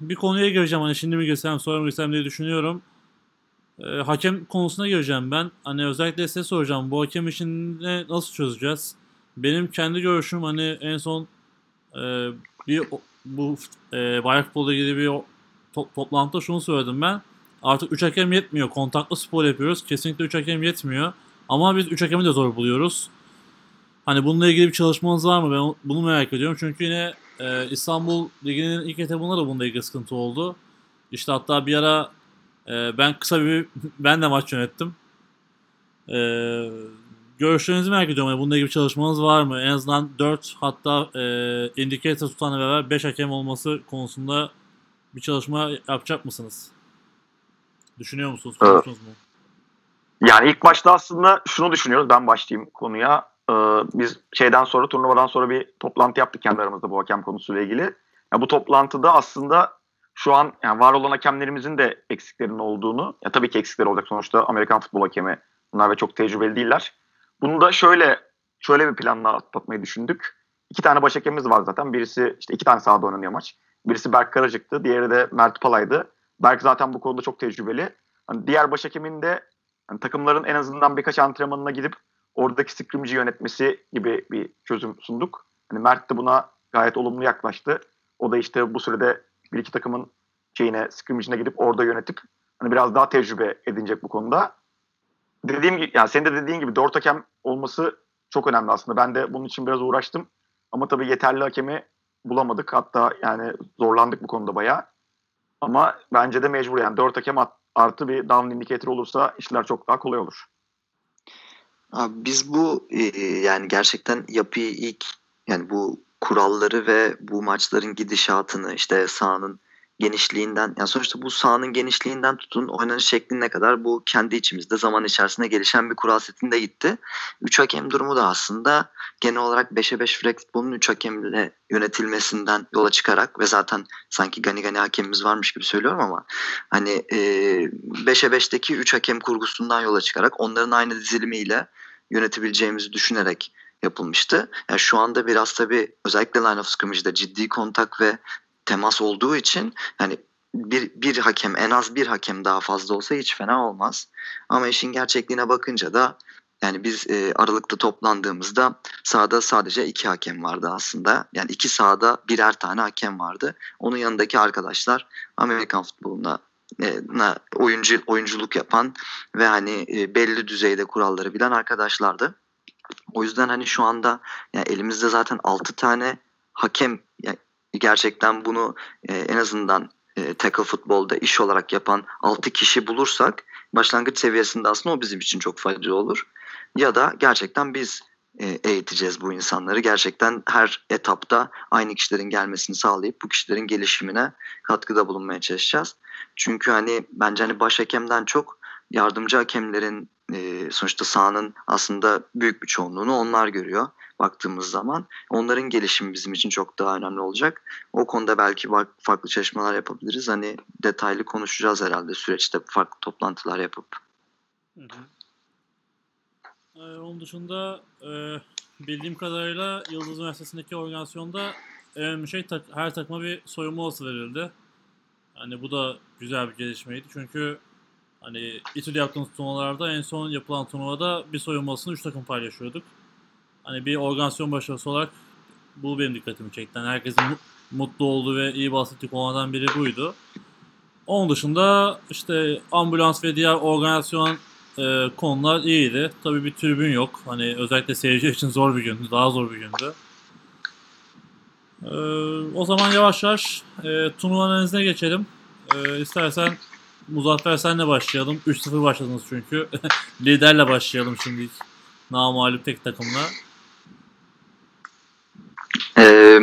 bir konuya gireceğim. Hani şimdi mi girsem sonra mı girsem diye düşünüyorum. Ee, hakem konusuna gireceğim ben. Hani özellikle size soracağım. Bu hakem işini nasıl çözeceğiz? Benim kendi görüşüm hani en son e, bir bu e, bayak futbolda ilgili bir to- toplantıda şunu söyledim ben. Artık üç hakem yetmiyor. Kontaklı spor yapıyoruz. Kesinlikle üç hakem yetmiyor. Ama biz üç hakemi de zor buluyoruz. Hani bununla ilgili bir çalışmanız var mı? Ben bunu merak ediyorum. Çünkü yine e, İstanbul Ligi'nin ilk etapında da bununla ilgili sıkıntı oldu. İşte hatta bir ara e, ben kısa bir ben de maç yönettim. E, Görüşlerinizi merak ediyorum. Yani bununla ilgili bir çalışmanız var mı? En azından dört hatta e, indicator tutanla beraber beş hakem olması konusunda bir çalışma yapacak mısınız? Düşünüyor musunuz? Ee, Konuştunuz mu? Yani ilk başta aslında şunu düşünüyoruz. Ben başlayayım konuya. Ee, biz şeyden sonra, turnuvadan sonra bir toplantı yaptık kendi aramızda bu hakem konusuyla ilgili. Ya bu toplantıda aslında şu an yani var olan hakemlerimizin de eksiklerinin olduğunu, ya tabii ki eksikleri olacak sonuçta Amerikan futbol hakemi bunlar ve çok tecrübeli değiller. Bunu da şöyle şöyle bir planla atlatmayı düşündük. İki tane baş hakemimiz var zaten. Birisi işte iki tane sahada oynanıyor maç. Birisi Berk Karacık'tı, diğeri de Mert Palay'dı. Berk zaten bu konuda çok tecrübeli. Hani diğer baş hakemin de yani takımların en azından birkaç antrenmanına gidip oradaki scrimmage'i yönetmesi gibi bir çözüm sunduk. Hani Mert de buna gayet olumlu yaklaştı. O da işte bu sürede bir iki takımın şeyine, scrimmage'ine gidip orada yönetip hani biraz daha tecrübe edinecek bu konuda. Dediğim gibi, yani senin de dediğin gibi dört hakem olması çok önemli aslında. Ben de bunun için biraz uğraştım. Ama tabii yeterli hakemi bulamadık. Hatta yani zorlandık bu konuda bayağı. Ama bence de mecbur yani dört hakem artı bir down indicator olursa işler çok daha kolay olur. Abi biz bu e, yani gerçekten yapıyı ilk yani bu kuralları ve bu maçların gidişatını işte sahanın genişliğinden yani sonuçta bu sahanın genişliğinden tutun oynanış şekline kadar bu kendi içimizde zaman içerisinde gelişen bir kural setinde gitti. Üç hakem durumu da aslında genel olarak beşe beş flag futbolunun üç hakemle yönetilmesinden yola çıkarak ve zaten sanki gani gani hakemimiz varmış gibi söylüyorum ama hani e, beşe beşteki üç hakem kurgusundan yola çıkarak onların aynı dizilimiyle yönetebileceğimizi düşünerek yapılmıştı. Yani şu anda biraz tabii özellikle line of scrimmage'da ciddi kontak ve temas olduğu için hani bir, bir hakem en az bir hakem daha fazla olsa hiç fena olmaz. Ama işin gerçekliğine bakınca da yani biz e, Aralık'ta toplandığımızda sahada sadece iki hakem vardı aslında. Yani iki sahada birer tane hakem vardı. Onun yanındaki arkadaşlar Amerikan futboluna e, na, oyuncu oyunculuk yapan ve hani e, belli düzeyde kuralları bilen arkadaşlardı. O yüzden hani şu anda yani elimizde zaten altı tane hakem yani gerçekten bunu e, en azından e, tackle futbolda iş olarak yapan altı kişi bulursak başlangıç seviyesinde aslında o bizim için çok faydalı olur. Ya da gerçekten biz e, eğiteceğiz bu insanları. Gerçekten her etapta aynı kişilerin gelmesini sağlayıp bu kişilerin gelişimine katkıda bulunmaya çalışacağız. Çünkü hani bence hani baş hakemden çok yardımcı hakemlerin e, sonuçta sahanın aslında büyük bir çoğunluğunu onlar görüyor baktığımız zaman. Onların gelişimi bizim için çok daha önemli olacak. O konuda belki farklı çalışmalar yapabiliriz. Hani detaylı konuşacağız herhalde süreçte farklı toplantılar yapıp. Hı hı. Ee, onun dışında e, bildiğim kadarıyla Yıldız Üniversitesi'ndeki organizasyonda en önemli şey tak, her takıma bir soyunma odası verildi. Hani bu da güzel bir gelişmeydi. Çünkü hani İTÜ'de yaptığımız turnuvalarda en son yapılan turnuvada bir soyunma odasını üç takım paylaşıyorduk. Hani bir organizasyon başarısı olarak bu benim dikkatimi çekti. Yani herkesin mutlu olduğu ve iyi bahsettiği konulardan biri buydu. Onun dışında işte ambulans ve diğer organizasyon e, konular iyiydi. Tabii bir tribün yok. Hani özellikle seyirciler için zor bir gündü. Daha zor bir gündü. E, O zaman yavaş yavaş e, turnuva analizine geçelim. E, istersen Muzaffer senle başlayalım. üç sıfır başladınız çünkü. Liderle başlayalım şimdi. Namağlup tek takımla. Ee,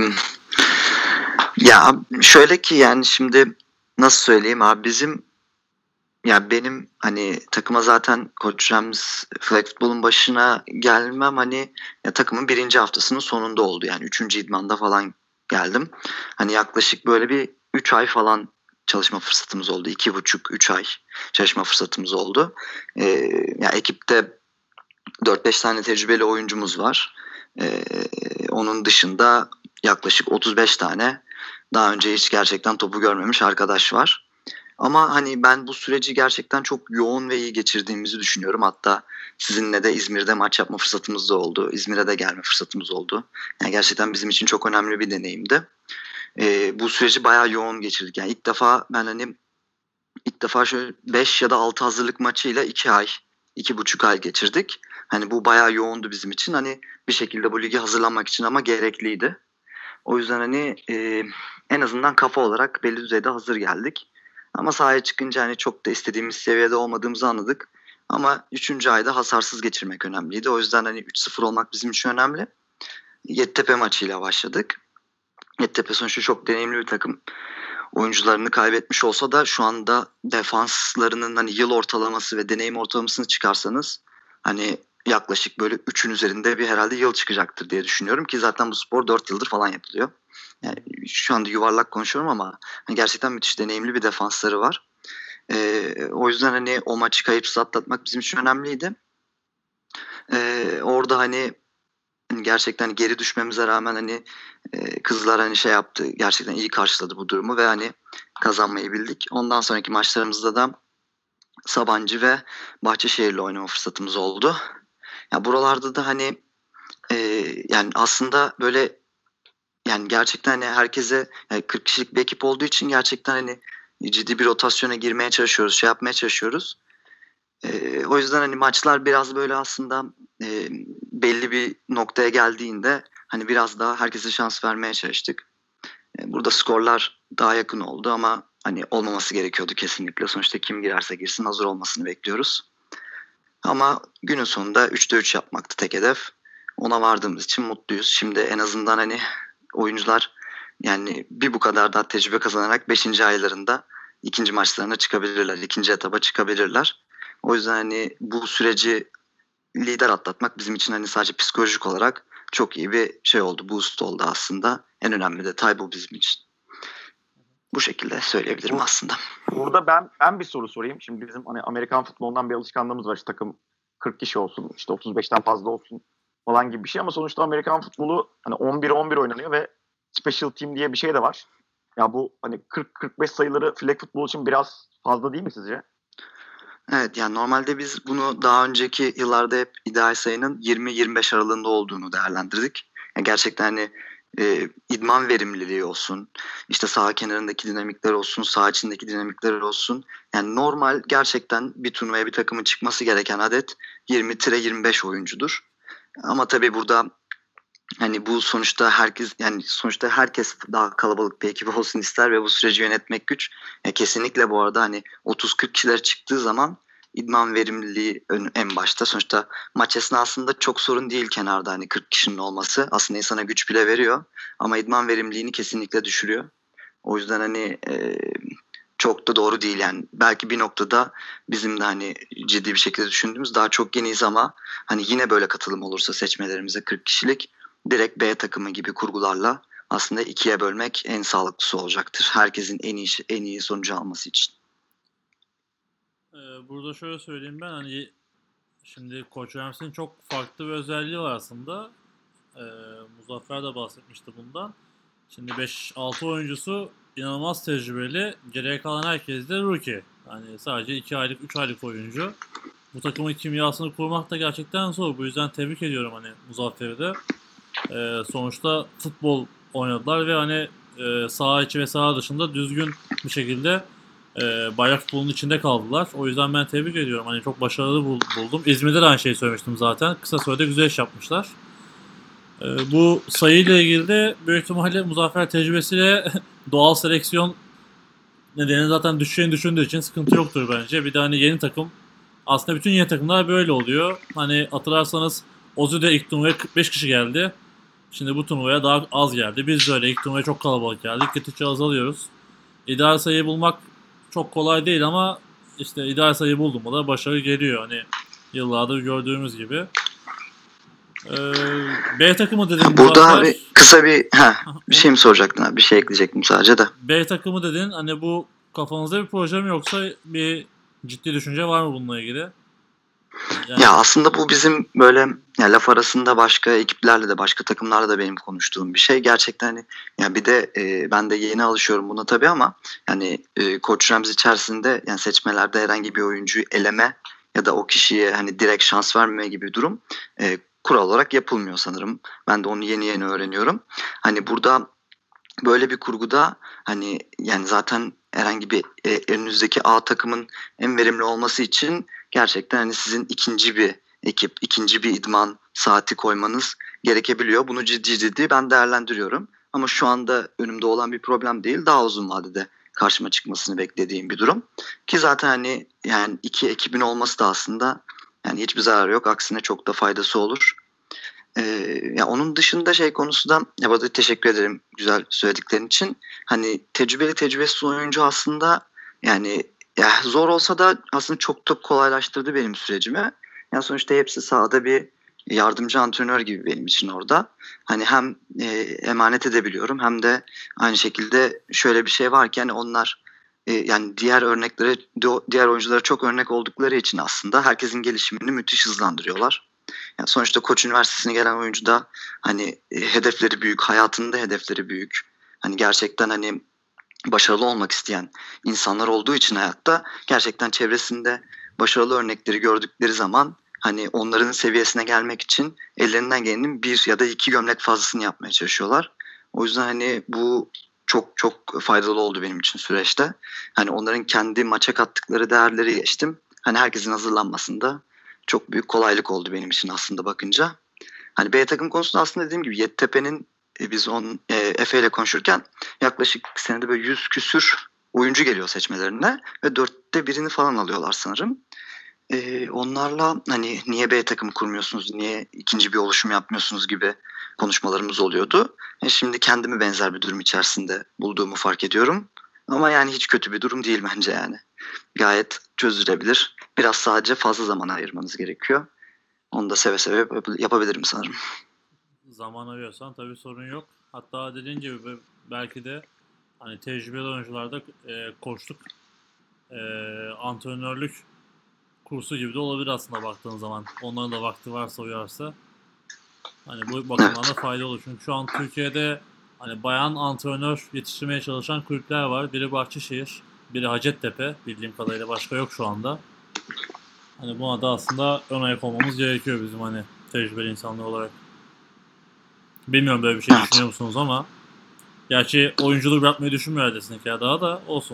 ya şöyle ki yani şimdi nasıl söyleyeyim abi bizim ya benim hani takıma zaten Koç Rams flag futbolun başına gelmem hani ya takımın birinci haftasının sonunda oldu yani üçüncü idmanda falan geldim. Hani yaklaşık böyle bir üç ay falan çalışma fırsatımız oldu. iki buçuk üç ay çalışma fırsatımız oldu. Ee, ya ekipte dört beş tane tecrübeli oyuncumuz var. Ee, onun dışında yaklaşık otuz beş tane daha önce hiç gerçekten topu görmemiş arkadaş var. Ama hani ben bu süreci gerçekten çok yoğun ve iyi geçirdiğimizi düşünüyorum. Hatta sizinle de İzmir'de maç yapma fırsatımız da oldu. İzmir'e de gelme fırsatımız oldu. Yani gerçekten bizim için çok önemli bir deneyimdi. Ee, bu süreci bayağı yoğun geçirdik. Yani ilk defa ben hani ilk defa şöyle beş ya da altı hazırlık maçıyla iki ay, iki buçuk ay geçirdik. Hani bu bayağı yoğundu bizim için. Hani bir şekilde bu ligi hazırlanmak için ama gerekliydi. O yüzden hani e, en azından kafa olarak belli düzeyde hazır geldik. Ama sahaya çıkınca hani çok da istediğimiz seviyede olmadığımızı anladık. Ama üçüncü ayda hasarsız geçirmek önemliydi. O yüzden hani üç sıfır olmak bizim için önemli. Yeditepe maçıyla başladık. Yeditepe sonuçta çok deneyimli bir takım. Oyuncularını kaybetmiş olsa da şu anda defanslarının hani yıl ortalaması ve deneyim ortalamasını çıkarsanız hani yaklaşık böyle üçün üzerinde bir herhalde yıl çıkacaktır diye düşünüyorum ki zaten bu spor dört yıldır falan yapılıyor. Yani şu anda yuvarlak konuşuyorum ama hani gerçekten müthiş deneyimli bir defansları var. Ee, o yüzden hani o maçı kayıpsız atlatmak bizim için önemliydi. Ee, orada hani gerçekten geri düşmemize rağmen hani e, kızlar hani şey yaptı, gerçekten iyi karşıladı bu durumu ve hani kazanmayı bildik. Ondan sonraki maçlarımızda da Sabancı ve Bahçeşehir'le oynama fırsatımız oldu. Ya buralarda da hani e, yani aslında böyle yani gerçekten hani herkese yani kırk kişilik bir ekip olduğu için gerçekten hani ciddi bir rotasyona girmeye çalışıyoruz, şey yapmaya çalışıyoruz. E, o yüzden hani maçlar biraz böyle aslında e, belli bir noktaya geldiğinde hani biraz daha herkese şans vermeye çalıştık. E, burada skorlar daha yakın oldu ama hani olmaması gerekiyordu kesinlikle. Sonuçta kim girerse girsin hazır olmasını bekliyoruz. Ama günün sonunda üçte üç yapmaktı tek hedef. Ona vardığımız için mutluyuz. Şimdi en azından hani oyuncular yani bir bu kadar daha tecrübe kazanarak beşinci aylarında ikinci maçlarına çıkabilirler. İkinci etaba çıkabilirler. O yüzden hani bu süreci lider atlatmak bizim için hani sadece psikolojik olarak çok iyi bir şey oldu. Boost oldu aslında. En önemli detay bu bizim için. Bu şekilde söyleyebilirim Bu, aslında. Burada ben ben bir soru sorayım. Şimdi bizim hani Amerikan futbolundan bir alışkanlığımız var. İşte takım kırk kişi olsun, işte otuz beşten fazla olsun falan gibi bir şey ama sonuçta Amerikan futbolu hani on bir on bir oynanıyor ve special team diye bir şey de var. Ya bu hani kırk kırk beş sayıları flag futbol için biraz fazla değil mi sizce? Evet, yani normalde biz bunu daha önceki yıllarda hep ideal sayının yirmi yirmi beş aralığında olduğunu değerlendirdik. Yani gerçekten hani e, idman verimliliği olsun, işte saha kenarındaki dinamikler olsun, saha içindeki dinamikler olsun. Yani normal gerçekten bir turnuvaya bir takımın çıkması gereken adet yirmi yirmi beş oyuncudur. Ama tabii burada hani bu sonuçta herkes yani sonuçta herkes daha kalabalık bir ekip olsun ister ve bu süreci yönetmek güç. Ya kesinlikle bu arada hani otuz kırk kişiler çıktığı zaman idman verimliliği ön- en başta. Sonuçta maç esnasında çok sorun değil kenarda hani kırk kişinin olması. Aslında insana güç bile veriyor ama idman verimliliğini kesinlikle düşürüyor. O yüzden hani e, çok da doğru değil yani. Belki bir noktada bizim de hani ciddi bir şekilde düşündüğümüz daha çok yeniyiz ama hani yine böyle katılım olursa seçmelerimize kırk kişilik direkt B takımı gibi kurgularla aslında ikiye bölmek en sağlıklısı olacaktır. Herkesin en iyi en iyi sonucu alması için. Ee, burada şöyle söyleyeyim ben hani şimdi Koç Ramsey'in çok farklı bir özelliği var aslında. Ee, Muzaffer de bahsetmişti bundan. Şimdi beş altı oyuncusu inanılmaz tecrübeli. Geriye kalan herkes de rookie. Yani sadece iki aylık üç aylık oyuncu. Bu takımın kimyasını kurmak da gerçekten zor. Bu yüzden tebrik ediyorum hani Muzaffer'i de. Ee, sonuçta futbol oynadılar ve hani e, saha içi ve saha dışında düzgün bir şekilde e, bayrak futbolunun içinde kaldılar. O yüzden ben tebrik ediyorum. Hani çok başarılı bul- buldum. İzmir'de de aynı şeyi söylemiştim zaten. Kısa sürede güzel iş yapmışlar. E, bu sayıyla ilgili de büyük ihtimalle Muzaffer tecrübesiyle doğal seleksiyon nedeni zaten düşeceğini düşündüğü için sıkıntı yoktur bence. Bir de hani yeni takım aslında bütün yeni takımlar böyle oluyor. Hani hatırlarsanız Ozu'da ilk turnuvaya kırk beş kişi geldi. Şimdi bu turnuvaya daha az geldi. Biz de öyle ilk turnuvaya çok kalabalık geldik. Gittikçe azalıyoruz. İdeal sayıyı bulmak çok kolay değil ama işte ideal sayıyı buldum mu da başarı geliyor. Hani yıllardır gördüğümüz gibi. Ee, B takımı dedin Burada Muzaffer. abi kısa bir heh, bir şey mi soracaktın abi? Bir şey ekleyecektim sadece de. B takımı dedin. Hani bu kafanızda bir proje mi yoksa bir ciddi düşünce var mı bununla ilgili? Yani, Ya aslında bu bizim böyle ya laf arasında başka ekiplerle de başka takımlarla da benim konuştuğum bir şey. Gerçekten hani ya bir de e, ben de yeni alışıyorum buna tabii ama yani e, Koç Rams içerisinde yani seçmelerde herhangi bir oyuncuyu eleme ya da o kişiye hani direkt şans vermeme gibi bir durum e, kural olarak yapılmıyor sanırım. Ben de onu yeni yeni öğreniyorum. Hani burada böyle bir kurguda hani yani zaten herhangi bir e, önünüzdeki A takımın en verimli olması için gerçekten hani sizin ikinci bir ekip, ikinci bir idman saati koymanız gerekebiliyor. Bunu ciddi ciddi ben değerlendiriyorum. Ama şu anda önümde olan bir problem değil. Daha uzun vadede karşıma çıkmasını beklediğim bir durum. Ki zaten hani yani iki ekibin olması da aslında yani hiçbir zararı yok. Aksine çok da faydası olur. Ee, ya onun dışında şey konusu da ya burada teşekkür ederim güzel söylediklerin için. Hani tecrübeli tecrübesiz oyuncu aslında yani ya zor olsa da aslında çok da kolaylaştırdı benim sürecimi. Yani sonuçta hepsi sahada bir yardımcı antrenör gibi benim için orada. Hani hem e, emanet edebiliyorum hem de aynı şekilde şöyle bir şey var ki hani onlar e, yani diğer örneklere diğer oyunculara çok örnek oldukları için aslında herkesin gelişimini müthiş hızlandırıyorlar. Yani sonuçta Koç Üniversitesi'ne gelen oyuncu da hani e, hedefleri büyük, hayatında hedefleri büyük. Hani gerçekten hani başarılı olmak isteyen insanlar olduğu için hayatta gerçekten çevresinde başarılı örnekleri gördükleri zaman hani onların seviyesine gelmek için ellerinden gelenin bir ya da iki gömlek fazlasını yapmaya çalışıyorlar. O yüzden hani bu çok çok faydalı oldu benim için süreçte. Hani onların kendi maça kattıkları değerleri geçtim. Hani herkesin hazırlanmasında çok büyük kolaylık oldu benim için aslında bakınca. Hani B takım konusunda aslında dediğim gibi Yeditepe'nin e, biz on e, Efe ile konuşurken yaklaşık senede böyle yüz küsür oyuncu geliyor seçmelerine ve dörtte birini falan alıyorlar sanırım. E, onlarla hani niye B takım kurmuyorsunuz, niye ikinci bir oluşum yapmıyorsunuz gibi konuşmalarımız oluyordu. E, şimdi kendimi benzer bir durum içerisinde bulduğumu fark ediyorum. Ama yani hiç kötü bir durum değil bence yani. Gayet çözülebilir. Biraz sadece fazla zaman ayırmanız gerekiyor. Onu da seve seve yap- yapabilirim sanırım. zaman arıyorsan tabii sorun yok. Hatta dediğin gibi be- belki de hani tecrübeli oyuncularda e, koçluk, e, antrenörlük kursu gibi de olabilir aslında baktığın zaman. Onların da vakti varsa uyarsa. Hani bu bakımdan da Evet. faydalı olur. Çünkü şu an Türkiye'de hani bayan antrenör yetiştirmeye çalışan kulüpler var. Biri Bahçeşehir, biri Hacettepe. Bildiğim kadarıyla başka yok şu anda. Hani buna da aslında ön ayak olmamız gerekiyor bizim hani tecrübeli insanlar olarak. Bilmiyorum böyle bir şey Evet. düşünüyor musunuz ama. Gerçi oyunculuğu bırakmayı düşünmüyor desin ya daha da olsun.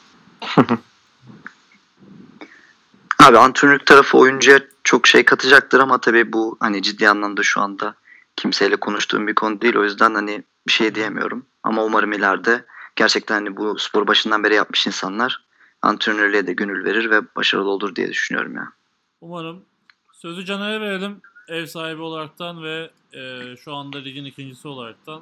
Abi antrenörlük tarafı oyuncuya çok şey katacaktır ama tabii bu hani ciddi anlamda şu anda kimseyle konuştuğum bir konu değil. O yüzden hani bir şey diyemiyorum. Ama umarım ileride gerçekten hani bu spor başından beri yapmış insanlar antrenörlüğe de gönül verir ve başarılı olur diye düşünüyorum ya. Umarım. Sözü Caner'e verelim. Ev sahibi olaraktan ve e, şu anda ligin ikincisi olaraktan.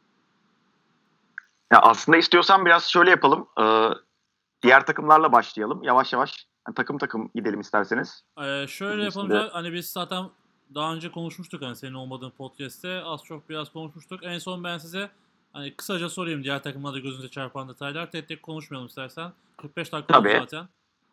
Ya aslında istiyorsan biraz şöyle yapalım. Ee, diğer takımlarla başlayalım. Yavaş yavaş yani takım takım gidelim isterseniz. E, şöyle Öncesinde yapalım. Hani biz zaten daha önce konuşmuştuk hani senin olmadığın podcast'te. Az çok biraz konuşmuştuk. En son ben size hani kısaca sorayım diğer takımlarda gözünüze çarpan detaylar. Tek tek konuşmayalım istersen. kırk beş dakika oldu tabii zaten.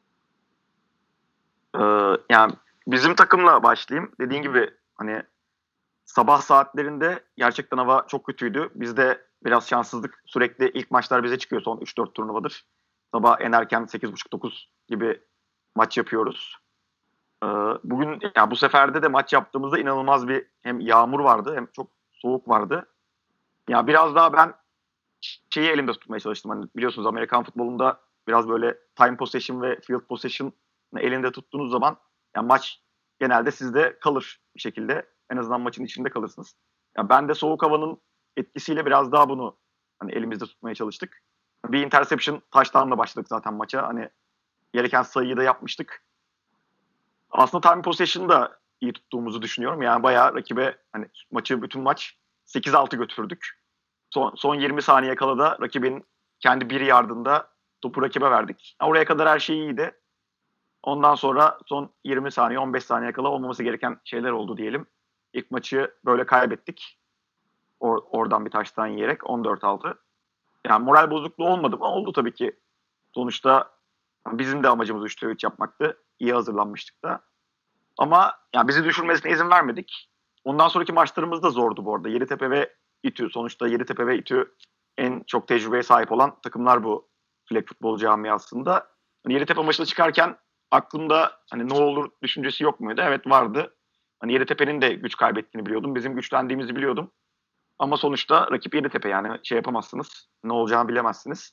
e, yani bizim takımla başlayayım. Dediğin gibi hani sabah saatlerinde gerçekten hava çok kötüydü. Biz de biraz şanssızlık. Sürekli ilk maçlar bize çıkıyor. Son üç dört turnuvadır. Sabah en erken sekiz buçuk dokuz gibi maç yapıyoruz. Ee, bugün yani bu seferde de maç yaptığımızda inanılmaz bir hem yağmur vardı hem çok soğuk vardı. Ya biraz daha ben şeyi elimde tutmaya çalıştım. Hani biliyorsunuz Amerikan futbolunda biraz böyle time possession ve field possession elinde tuttuğunuz zaman yani maç genelde sizde kalır bir şekilde. En azından maçın içinde kalırsınız. Ya ben de soğuk havanın etkisiyle biraz daha bunu hani elimizde tutmaya çalıştık. Bir interception touchdown'la başladık zaten maça. Hani gereken sayıyı da yapmıştık. Aslında time possession'ı da iyi tuttuğumuzu düşünüyorum. Yani bayağı rakibe hani maçı bütün maç sekiz altı götürdük. Son, son yirmi saniye kala da rakibin kendi bir yardında topu rakibe verdik. Oraya kadar her şey iyiydi. Ondan sonra son yirmi saniye on beş saniye kala olmaması gereken şeyler oldu diyelim. İlk maçı böyle kaybettik. Or, oradan bir taştan yiyerek on dört altı. Yani moral bozukluğu olmadı mı? Oldu tabii ki. Sonuçta bizim de amacımız üçte üç yapmaktı. İyi hazırlanmıştık da. Ama yani bizi düşürmesine izin vermedik. Ondan sonraki maçlarımız da zordu bu arada. Yeditepe ve İTÜ. Sonuçta Yeditepe ve İTÜ en çok tecrübeye sahip olan takımlar bu flag futbol camiasında. Hani Yeditepe maçına çıkarken aklımda hani ne olur düşüncesi yok muydu? Evet vardı. Hani Yeditepe'nin de güç kaybettiğini biliyordum. Bizim güçlendiğimizi biliyordum. Ama sonuçta rakip Yeditepe, yani şey yapamazsınız. Ne olacağını bilemezsiniz.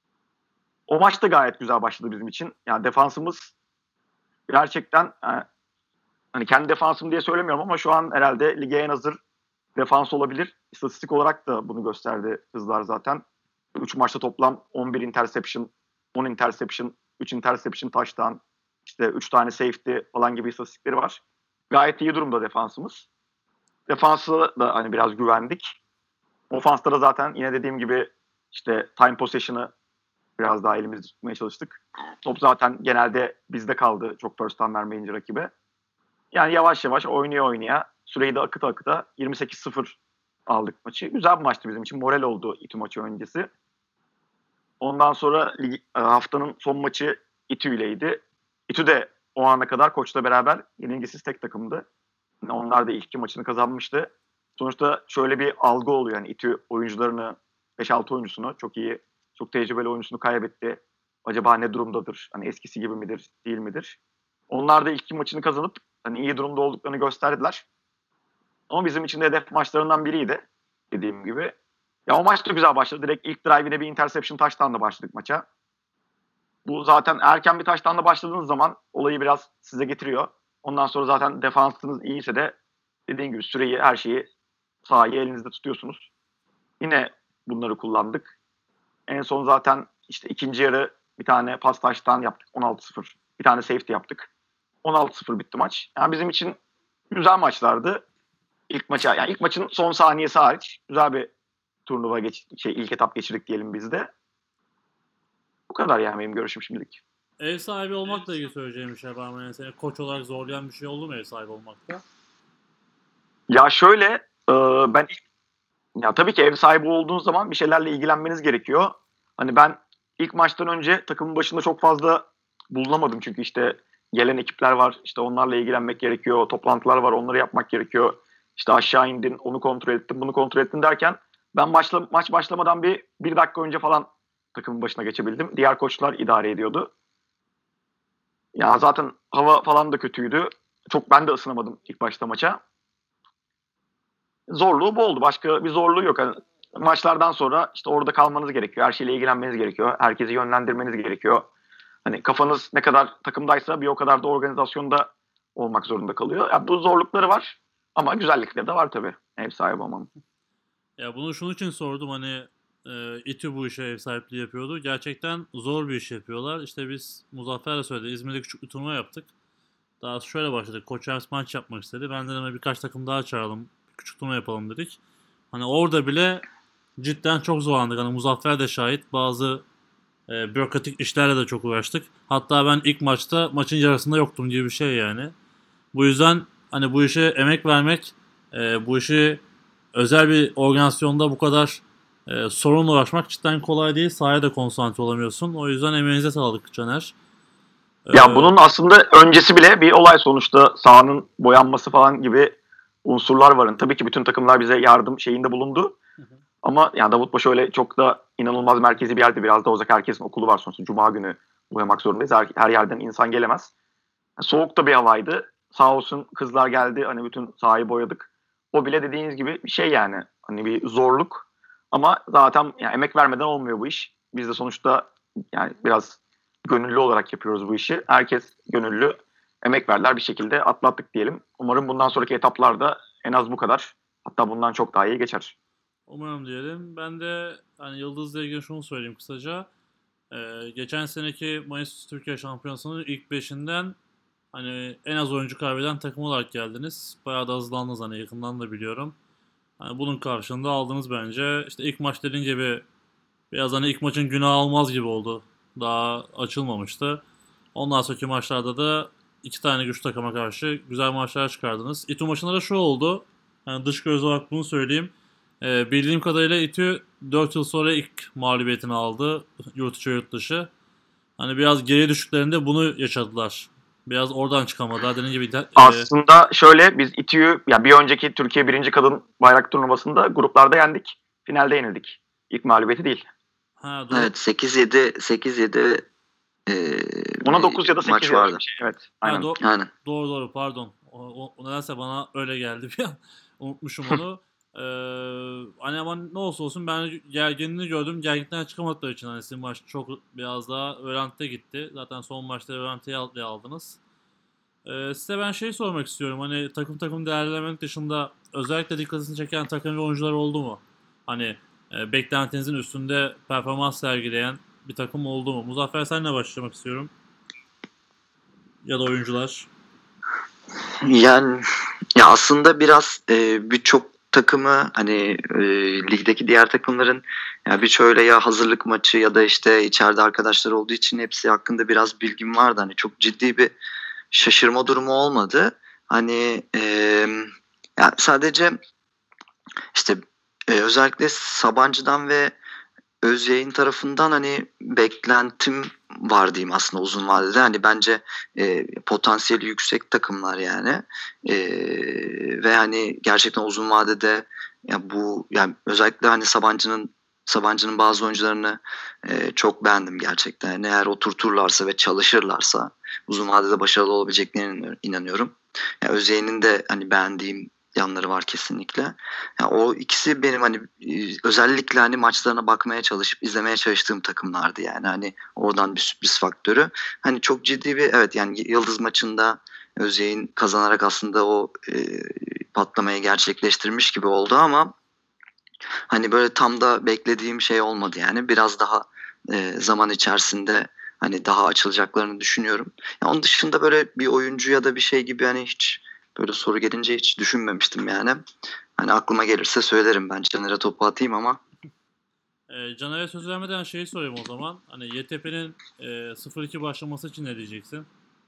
O maç da gayet güzel başladı bizim için. Yani defansımız gerçekten yani, hani kendi defansım diye söylemiyorum ama şu an herhalde lige en hazır defans olabilir. İstatistik olarak da bunu gösterdi kızlar zaten. üç maçta toplam on bir interception, on interception, üç interception touchdown, işte üç tane safety falan gibi istatistikleri var. Gayet iyi durumda defansımız. Defansa da hani biraz güvendik. Ofansta da zaten yine dediğim gibi işte time possession'ı biraz daha elimizde tutmaya çalıştık. Top zaten genelde bizde kaldı çok first down vermeyince rakibe. Yani yavaş yavaş oynaya oynaya süreyi de akıta akıta yirmi sekiz sıfır aldık maçı. Güzel bir maçtı bizim için. Moral oldu İTÜ maçı öncesi. Ondan sonra lig, haftanın son maçı İTÜ ileydi. İTÜ de o ana kadar koçla beraber yenilgisiz tek takımdı. Onlar da ilk iki maçını kazanmıştı. Sonuçta şöyle bir algı oluyor. Yani İTÜ oyuncularını, beş altı oyuncusunu, çok iyi, çok tecrübeli oyuncusunu kaybetti. Acaba ne durumdadır? Hani eskisi gibi midir, değil midir? Onlar da ilk iki maçını kazanıp hani iyi durumda olduklarını gösterdiler. Ama bizim için de hedef maçlarından biriydi. Dediğim gibi. Ya o maç da güzel başladı. Direkt ilk drive'ine bir interception touchdown'la başladık maça. Bu zaten erken bir touchdown'la başladığınız zaman olayı biraz size getiriyor. Ondan sonra zaten defansınız iyiyse de dediğim gibi süreyi, her şeyi, sahayı elinizde tutuyorsunuz. Yine bunları kullandık. En son zaten işte ikinci yarı bir tane pas touchdown yaptık. on altı sıfır. Bir tane safety yaptık. on altı sıfır bitti maç. Yani bizim için güzel maçlardı. İlk maça, yani ilk maçın son saniyesi hariç güzel bir turnuva geç, şey ilk etap geçirdik diyelim biz de. Bu kadar yani benim görüşüm şimdilik. Ev sahibi olmakla ilgili söyleyeceğim bir şey var mı? Yani seni koç olarak zorlayan bir şey oldu mu ev sahibi olmakta? Ya şöyle, e, ben ilk, ya tabii ki ev sahibi olduğunuz zaman bir şeylerle ilgilenmeniz gerekiyor. Hani ben ilk maçtan önce takımın başında çok fazla bulunamadım çünkü işte gelen ekipler var, işte onlarla ilgilenmek gerekiyor, toplantılar var, onları yapmak gerekiyor. İşte aşağı indin, onu kontrol ettin, bunu kontrol ettin derken ben başla, maç başlamadan bir bir dakika önce falan takımın başına geçebildim. Diğer koçlar idare ediyordu. Ya zaten hava falan da kötüydü. Çok ben de ısınamadım ilk başta maça. Zorluğu bu oldu. Başka bir zorluğu yok. Yani maçlardan sonra işte orada kalmanız gerekiyor. Her şeyle ilgilenmeniz gerekiyor. Herkesi yönlendirmeniz gerekiyor. Hani kafanız ne kadar takımdaysa bir o kadar da organizasyonda olmak zorunda kalıyor. Yani bu zorlukları var ama güzellikleri de var tabii. Ev sahibi olmanın. Ya bunu şunun için sordum, hani e, İTÜ bu işe ev sahipliği yapıyordu. Gerçekten zor bir iş yapıyorlar. İşte biz Muzaffer'le söyledi. İzmir'de küçük bir turnuva yaptık. Daha şöyle başladık. Koç Ernst maç yapmak istedi. Ben de birkaç takım daha çağıralım. Küçük turnuva yapalım dedik. Hani orada bile cidden çok zorlandık. Hani Muzaffer de şahit. Bazı e, bürokratik işlerle de çok uğraştık. Hatta ben ilk maçta maçın yarısında yoktum gibi bir şey yani. Bu yüzden hani bu işe emek vermek, e, bu işi özel bir organizasyonda bu kadar e, sorunla uğraşmak cidden kolay değil. Sahaya da konsantre olamıyorsun. O yüzden emeğinize sağlık Caner. Ya Ee, bunun aslında öncesi bile bir olay, sonuçta sahanın boyanması falan gibi unsurlar var. Tabii ki bütün takımlar bize yardım şeyinde bulundu. Hı hı. Ama yani Davutpaşa öyle çok da inanılmaz merkezi bir yerde, biraz da uzak, herkesin okulu var sonuçta. Cuma günü boyamak zorundayız. Her, her yerden insan gelemez. Soğuk da bir havaydı. Sağ olsun kızlar geldi. Hani bütün sahayı boyadık. O bile dediğiniz gibi bir şey yani. Hani bir zorluk. Ama zaten yani emek vermeden olmuyor bu iş. Biz de sonuçta yani biraz gönüllü olarak yapıyoruz bu işi. Herkes gönüllü. Emek verdiler, bir şekilde atlattık diyelim. Umarım bundan sonraki etaplarda en az bu kadar, hatta bundan çok daha iyi geçer. Umarım diyelim. Ben de hani Yıldız'la ilgili şunu söyleyeyim kısaca. Ee, geçen seneki Mayıs Türkiye Şampiyonası'nın ilk beşinden hani en az oyuncu kaybeden takım olarak geldiniz. Bayağı da hızlandınız, hani yakından da biliyorum. Hani bunun karşılığında aldınız bence. İşte ilk maç dediğin gibi biraz hani ilk maçın günahı almaz gibi oldu. Daha açılmamıştı. Ondan sonraki maçlarda da iki tane güçlü takıma karşı güzel maçlar çıkardınız. İTÜ maçında da şu oldu. Yani dış göz olarak bunu söyleyeyim. Ee, bildiğim kadarıyla İTÜ dört yıl sonra ilk mağlubiyetini aldı. Yurt içi yurt dışı. Hani biraz geriye düştüklerinde bunu yaşadılar. Biraz oradan çıkamadı. Dediğim gibi de, e, Aslında şöyle biz İTÜ'yü ya bir önceki Türkiye birinci kadın bayrak turnuvasında gruplarda yendik. Finalde yenildik. İlk mağlubiyeti değil. ha, doğru. Evet, sekiz yedi sekiz yedi e, Ona bir dokuz ya da maç sekiz ya vardı. bir şey. Evet. Ha, Aynen. do- Aynen. doğru doğru pardon. O, o, o nedense bana öyle geldi bir an. Unutmuşum onu. Ee, hani ama ne olsa olsun ben gerginliğini gördüm. Gerginlikten çıkamadıkları için hani sizin maç çok biraz daha Rölanti'ye gitti. Zaten son maçta Rölanti'ye aldınız. Ee, size ben şey sormak istiyorum. Hani takım takım değerlendirmek dışında özellikle dikkatinizi çeken takım ve oyuncular oldu mu? Hani e, beklentinizin üstünde performans sergileyen bir takım oldu mu? Muzaffer senle başlamak istiyorum. Ya da oyuncular. Yani ya aslında biraz e, birçok takımı hani e, ligdeki diğer takımların ya bir şöyle ya hazırlık maçı ya da işte içeride arkadaşlar olduğu için hepsi hakkında biraz bilgim vardı. Hani çok ciddi bir şaşırma durumu olmadı. Hani e, ya sadece işte e, özellikle Sabancı'dan ve Özyayın tarafından hani beklentim var diyeyim aslında uzun vadede. Hani bence e, potansiyeli yüksek takımlar yani. E, ve hani gerçekten uzun vadede ya bu yani özellikle hani Sabancı'nın Sabancı'nın bazı oyuncularını e, çok beğendim gerçekten. Yani eğer oturturlarsa ve çalışırlarsa uzun vadede başarılı olabileceklerine inanıyorum. Yani Özyayın'ın de hani beğendiğim yanları var kesinlikle. Yani o ikisi benim hani e, özellikle hani maçlarına bakmaya çalışıp izlemeye çalıştığım takımlardı yani hani oradan bir sürpriz faktörü. Hani çok ciddi bir evet yani Yıldız maçında Özyeğin kazanarak aslında o e, patlamayı gerçekleştirmiş gibi oldu ama hani böyle tam da beklediğim şey olmadı yani biraz daha e, zaman içerisinde hani daha açılacaklarını düşünüyorum. Yani onun dışında böyle bir oyuncu ya da bir şey gibi hani hiç böyle soru gelince hiç düşünmemiştim yani. Hani aklıma gelirse söylerim ben Caner'e topu atayım ama. E, Caner'e söz vermeden şeyi sorayım o zaman. Hani Y T P'nin e, sıfır iki başlaması için ne diyeceksin?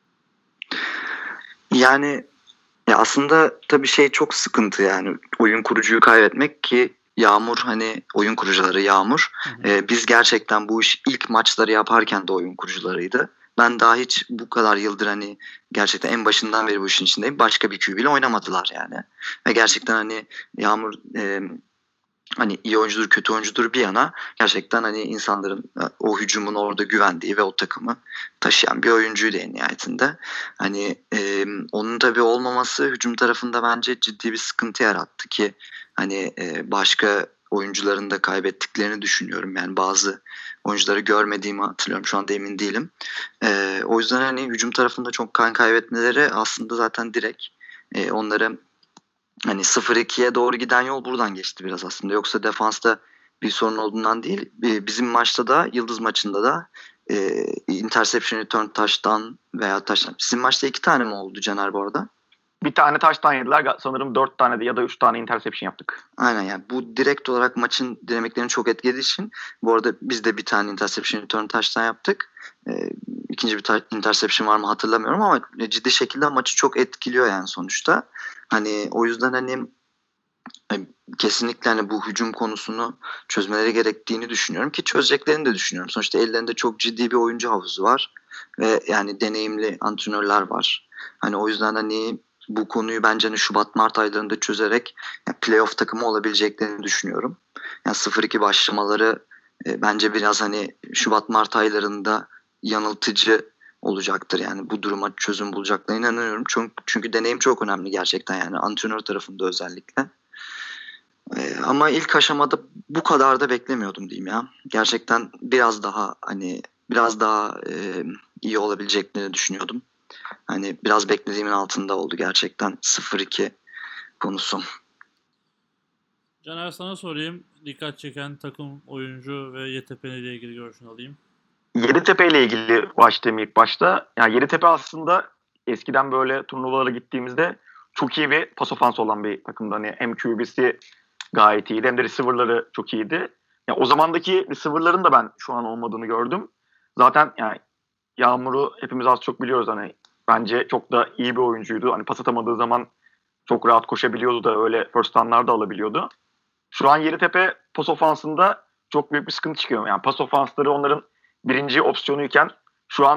Yani ya aslında tabii şey çok sıkıntı yani oyun kurucuyu kaybetmek ki Yağmur hani oyun kurucuları Yağmur. Hı hı. Ee, biz gerçekten bu iş ilk maçları yaparken de oyun kurucularıydı. Ben daha hiç bu kadar yıldır hani gerçekten en başından beri bu işin içindeyim. Başka bir Q B ile oynamadılar yani. Ve gerçekten hani Yağmur e, hani iyi oyuncudur kötü oyuncudur bir yana gerçekten hani insanların e, o hücumun orada güvendiği ve o takımı taşıyan bir oyuncuydu en nihayetinde. Hani e, onun tabii olmaması hücum tarafında bence ciddi bir sıkıntı yarattı ki hani e, başka oyuncuların da kaybettiklerini düşünüyorum. Yani bazı oyuncuları görmediğimi hatırlıyorum. Şu anda emin değilim. E, o yüzden hani hücum tarafında çok kan kaybetmeleri aslında zaten direkt e, onları hani sıfır ikiye doğru giden yol buradan geçti biraz aslında. Yoksa defansta bir sorun olduğundan değil. Bizim maçta da Yıldız maçında da e, interception return touchdown veya touchdown. Sizin maçta iki tane mi oldu Caner bu arada? Bir tane taştan yediler. Sanırım dört tane de ya da üç tane interception yaptık. Aynen yani bu direkt olarak maçın dinamiklerini çok etkilediği için bu arada biz de bir tane interception return touchdown yaptık. Ee, ikinci bir ta- interception var mı hatırlamıyorum ama ciddi şekilde maçı çok etkiliyor yani sonuçta. Hani o yüzden hani Yani kesinlikle hani bu hücum konusunu çözmeleri gerektiğini düşünüyorum ki çözeceklerini de düşünüyorum. Sonuçta ellerinde çok ciddi bir oyuncu havuzu var ve yani deneyimli antrenörler var. Hani o yüzden hani bu konuyu bence hani Şubat Mart aylarında çözerek yani playoff takımı olabileceklerini düşünüyorum. Yani sıfır iki başlamaları e, bence biraz hani Şubat Mart aylarında yanıltıcı olacaktır. Yani bu duruma çözüm bulacaklarına inanıyorum. Çünkü, çünkü deneyim çok önemli gerçekten yani antrenör tarafında özellikle. Ee, ama ilk aşamada bu kadar da beklemiyordum diyeyim ya. Gerçekten biraz daha hani biraz daha e, iyi olabileceklerini düşünüyordum. Hani biraz beklediğimin altında oldu gerçekten sıfır iki konusu. Caner sana sorayım. Dikkat çeken takım, oyuncu ve Y T P ile ilgili görüşünü alayım. Yeditepe ile ilgili başlayayım ilk başta. Yani Yeditepe aslında eskiden böyle turnuvalara gittiğimizde çok iyi bir pas ofansı olan bir takımdı. Hani hem Q B'si gayet iyiydi hem de receiver'ları çok iyiydi. Yani o zamandaki receiver'ların da ben şu an olmadığını gördüm. Zaten yani Yağmur'u hepimiz az çok biliyoruz hani. Bence çok da iyi bir oyuncuydu. Hani pas atamadığı zaman çok rahat koşabiliyordu da öyle first down'lar da alabiliyordu. Şu an Yeditepe pas ofansında çok büyük bir sıkıntı çıkıyor. Yani pas ofansları onların birinci opsiyonuyken şu an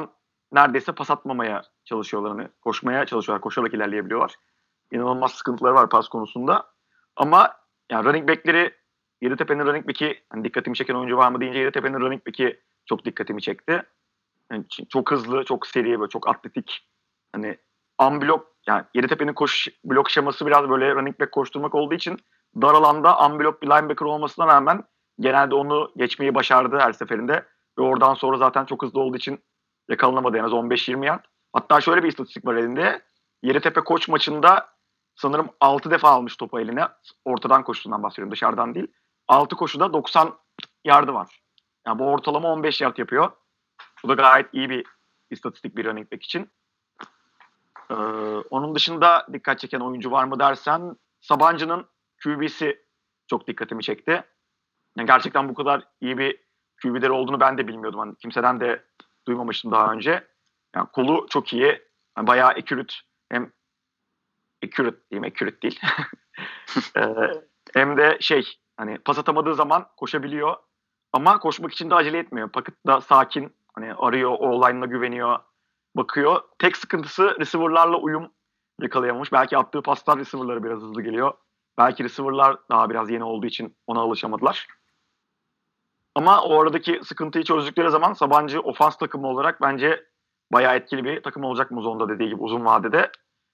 neredeyse pas atmamaya çalışıyorlar. Hani koşmaya çalışıyorlar. Koşarak ilerleyebiliyorlar. İnanılmaz sıkıntıları var pas konusunda. Ama yani running back'leri Yeditepe'nin running back'i hani dikkatimi çeken oyuncu var mı deyince Yeditepe'nin running back'i çok dikkatimi çekti. Yani çok hızlı, çok seri, böyle çok atletik. Hani unblock yani Yeditepe'nin koş blok şeması biraz böyle running back koşturmak olduğu için dar alanda unblock bir linebacker olmasına rağmen genelde onu geçmeyi başardı her seferinde. Ve oradan sonra zaten çok hızlı olduğu için yakalanamadı en az on beş yirmi yard. Hatta şöyle bir istatistik var elinde. Yeditepe Koç maçında sanırım altı defa almış topu eline. Ortadan koştuğundan bahsediyorum, dışarıdan değil. altı koşuda doksan yardı var. Yani bu ortalama on beş yard yapıyor. Bu da gayet iyi bir istatistik bir running back için. Ee, onun dışında dikkat çeken oyuncu var mı dersen Sabancı'nın Q B'si çok dikkatimi çekti. Yani gerçekten bu kadar iyi bir Q B'leri olduğunu ben de bilmiyordum. Hani kimseden de duymamıştım daha önce. Yani kolu çok iyi. Yani bayağı accurate. Hem accurate diyeyim, accurate değil. ee, hem de şey hani pas atamadığı zaman koşabiliyor. Ama koşmak için de acele etmiyor. Pocket'ta sakin. Hani arıyor, o line'ına güveniyor. Bakıyor. Tek sıkıntısı receiver'larla uyum yakalayamamış. Belki attığı paslar receiver'lara biraz hızlı geliyor. Belki receiver'lar daha biraz yeni olduğu için ona alışamadılar. Ama o aradaki sıkıntıyı çözdükleri zaman Sabancı ofans takımı olarak bence bayağı etkili bir takım olacak Muzon'da dediği gibi uzun vadede.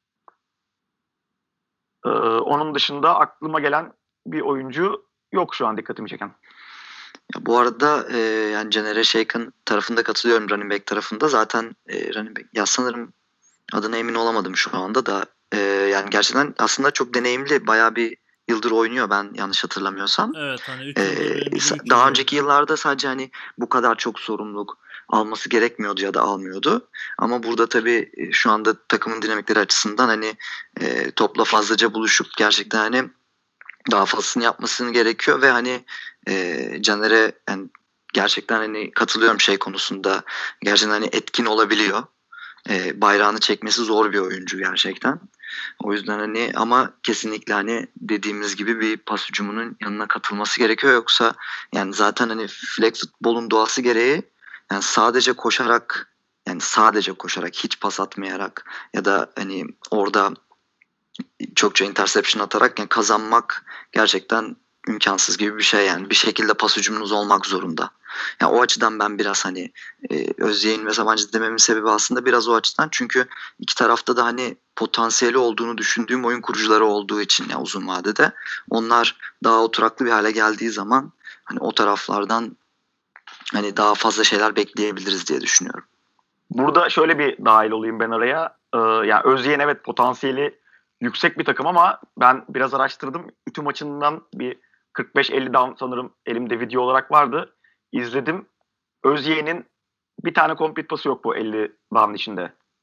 Ee, onun dışında aklıma gelen bir oyuncu yok şu an dikkatimi çeken. Ya bu arada e, yani Caner'e Shaken tarafında katılıyorum, running back tarafında. Zaten e, running back ya sanırım adına emin olamadım şu anda da. E, yani gerçekten aslında çok deneyimli, bayağı bir yıldır oynuyor ben yanlış hatırlamıyorsam. Evet hani üç Ee, yıldır benim bildiğim üç daha yıldır önceki oynuyor. yıllarda sadece hani bu kadar çok sorumluluk alması gerekmiyordu ya da almıyordu. Ama burada tabii e, şu anda takımın dinamikleri açısından hani e, topla fazlaca buluşup gerçekten hani daha fazlasını yapmasını gerekiyor ve hani e, Caner'e yani gerçekten hani katılıyorum şey konusunda, gerçekten hani etkin olabiliyor. E, bayrağını çekmesi zor bir oyuncu gerçekten. O yüzden hani ama kesinlikle hani dediğimiz gibi bir pas hücumunun yanına katılması gerekiyor, yoksa yani zaten hani flag futbolun doğası gereği yani sadece koşarak, yani sadece koşarak hiç pas atmayarak ya da hani orada çokça interception atarak yani kazanmak gerçekten imkansız gibi bir şey yani. Bir şekilde pas hücumunuz olmak zorunda. Yani o açıdan ben biraz hani e, Özyeğin ve Sabancı dememin sebebi aslında biraz o açıdan. Çünkü iki tarafta da hani potansiyeli olduğunu düşündüğüm oyun kurucuları olduğu için yani uzun vadede. Onlar daha oturaklı bir hale geldiği zaman hani o taraflardan hani daha fazla şeyler bekleyebiliriz diye düşünüyorum. Burada şöyle bir dahil olayım ben araya. Ee, yani Özyeğin evet potansiyeli yüksek bir takım ama ben biraz araştırdım. İTÜ maçından bir kırk beş elli down sanırım elimde video olarak vardı. İzledim. Özyeğin'in bir tane complete pası yok bu elli down içinde.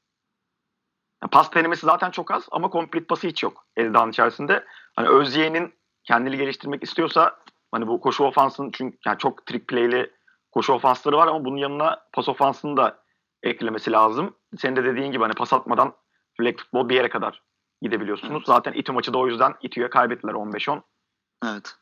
Yani pas denemesi zaten çok az ama complete pası hiç yok elli down içerisinde. Hani Özyeğin'in kendini geliştirmek istiyorsa hani bu koşu ofansının çünkü yani çok trick play'li koşu ofansları var ama bunun yanına pas ofansını da eklemesi lazım. Senin de dediğin gibi hani pas atmadan flag futbol bir yere kadar gidebiliyorsunuz. Evet. Zaten İTÜ maçı da o yüzden İTÜ'ye kaybettiler on beş on. Evet.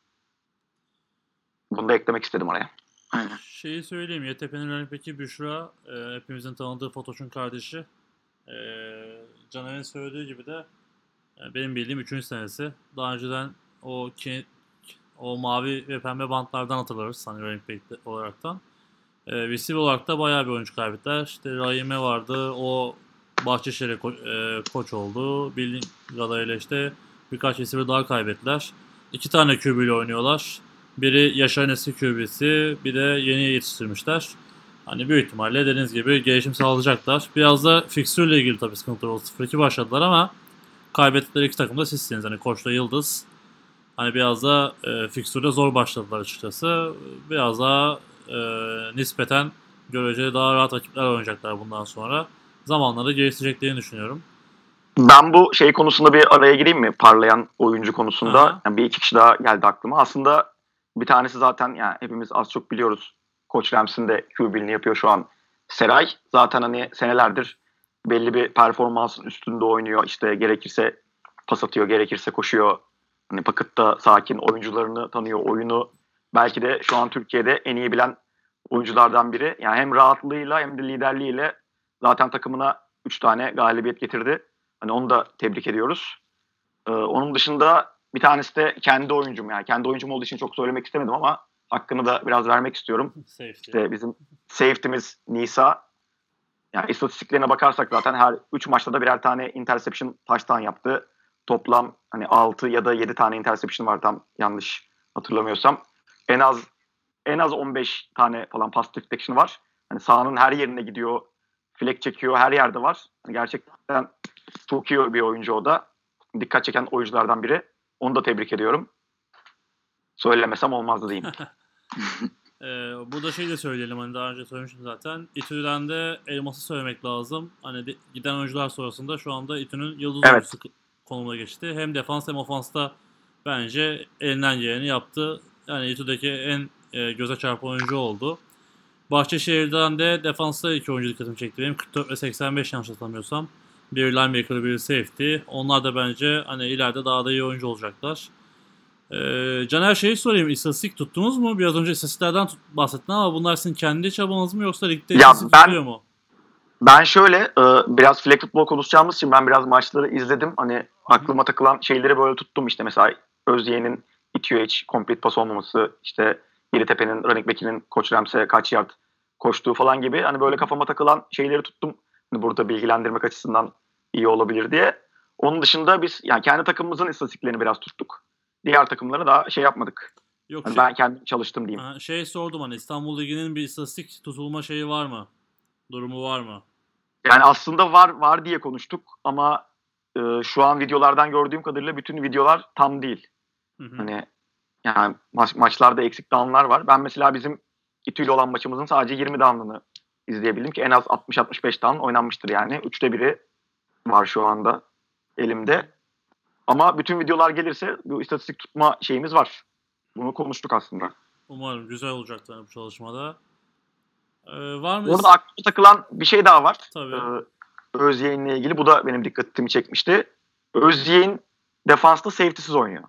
Bunu da eklemek istedim araya. Aynen. Şeyi söyleyeyim. Y T P'nin running back'i Büşra. E, hepimizin tanıdığı Fotoş'un kardeşi. E, Caner'in söylediği gibi de e, benim bildiğim üçüncü senesi. Daha önceden o ki, o mavi ve pembe bantlardan hatırlarız hani running back olaraktan. E, receiver olarak da bayağı bir oyuncu kaybettiler. İşte Rahime vardı. O Bahçeşehir'e ko- e, koç oldu. Bildiğim kadarıyla işte birkaç receiver daha kaybettiler. İki tane Q B ile oynuyorlar. Biri Yaşar Nesil Q B'si, bir de yeni yetiştirmişler. Hani büyük ihtimalle dediğiniz gibi gelişim sağlayacaklar. Biraz da fikstürle ilgili tabii sıkıntılar oldu. sıfır iki başladılar ama kaybettikleri iki takım da sizsiniz. Hani Koç'la Yıldız. Hani biraz da e, fikstürde zor başladılar açıkçası. Biraz daha e, nispeten göreceli daha rahat rakipler oynayacaklar bundan sonra. Zamanları geliştireceklerini düşünüyorum. Ben bu şey konusunda bir araya gireyim mi? Parlayan oyuncu konusunda. Aha. Yani bir iki kişi daha geldi aklıma. Aslında bir tanesi zaten yani hepimiz az çok biliyoruz. Koç Rams'in de Q B'ini yapıyor şu an. Seray zaten hani senelerdir belli bir performansın üstünde oynuyor. İşte gerekirse pas atıyor, gerekirse koşuyor. Hani Pocket'ta sakin oyuncularını tanıyor, oyunu. Belki de şu an Türkiye'de en iyi bilen oyunculardan biri. Yani hem rahatlığıyla hem de liderliğiyle zaten takımına üç tane galibiyet getirdi. Hani onu da tebrik ediyoruz. Ee, onun dışında bir tanesi de kendi oyuncum. Yani kendi oyuncum olduğu için çok söylemek istemedim ama hakkını da biraz vermek istiyorum. Safety. İşte bizim safety'miz Nisa. Yani istatistiklerine bakarsak zaten her üç maçta da birer tane interception touchdown yaptı. Toplam hani altı ya da yedi tane interception var tam yanlış hatırlamıyorsam. En az en az on beş tane falan pass deflection var. Hani sahanın her yerine gidiyor. Flex çekiyor. Her yerde var. Yani gerçekten çok iyi bir oyuncu o da. Dikkat çeken oyunculardan biri. Onu da tebrik ediyorum. Söylemesem olmazdı diyeyim. Ee, bu da şey de söyleyelim, hani daha önce söylemiştim zaten. İTÜ'den de Elmas'ı söylemek lazım. Hani de, giden oyuncular sonrasında şu anda İTÜ'nün yıldız Evet. oyuncusu konumuna geçti. Hem defans hem ofansta bence elinden geleni yaptı. Yani İTÜ'deki en e, göze çarpan oyuncu oldu. Bahçeşehir'den de defansta iki oyuncu dikkatimi çekti benim. kırk dört ve seksen beş yanlış hatırlamıyorsam. Bir linebacker, bir safety. Onlar da bence hani ileride daha da iyi oyuncu olacaklar. Ee, Caner, şeyi sorayım. İstatistik tuttunuz mu? Biraz önce istatistiklerden tut- bahsettin ama bunlar sizin kendi çabanız mı yoksa ligde Ya istatistik ben- tutuyor mu? Ben şöyle e, biraz flag futbol konuşacağımız için ben biraz maçları izledim. Hani aklıma takılan şeyleri böyle tuttum. İşte mesela Özyeğin'in E T H complete pass olmaması, işte Yeditepe'nin running back'inin Koç Rams'e kaç yard koştuğu falan gibi. Hani böyle kafama takılan şeyleri tuttum. Hani burada bilgilendirmek açısından iyi olabilir diye. Onun dışında biz yani kendi takımımızın istatistiklerini biraz tuttuk. Diğer takımları daha şey yapmadık. Yok Hani şey, ben kendim çalıştım diyeyim. ha, şey sordum, hani İstanbul Ligi'nin bir istatistik tutulma şeyi var mı? Durumu var mı? Yani aslında var var diye konuştuk ama e, şu an videolardan gördüğüm kadarıyla bütün videolar tam değil. Hı hı. Hani yani maç, maçlarda eksik down'lar var. Ben mesela bizim İTÜ ile olan maçımızın sadece yirmi down'ını izleyebildim ki en az altmış altmış beş down oynanmıştır yani. Üçte biri var şu anda elimde. Ama bütün videolar gelirse bu istatistik tutma şeyimiz var. Bunu konuştuk aslında. Umarım güzel olacaktır bu çalışmada. Ee, var mı? Orada aklıma takılan bir şey daha var. Tabii. Ee, Özyeğin'le ilgili. Bu da benim dikkatimi çekmişti. Özyeğin defansta safety'siz oynuyor.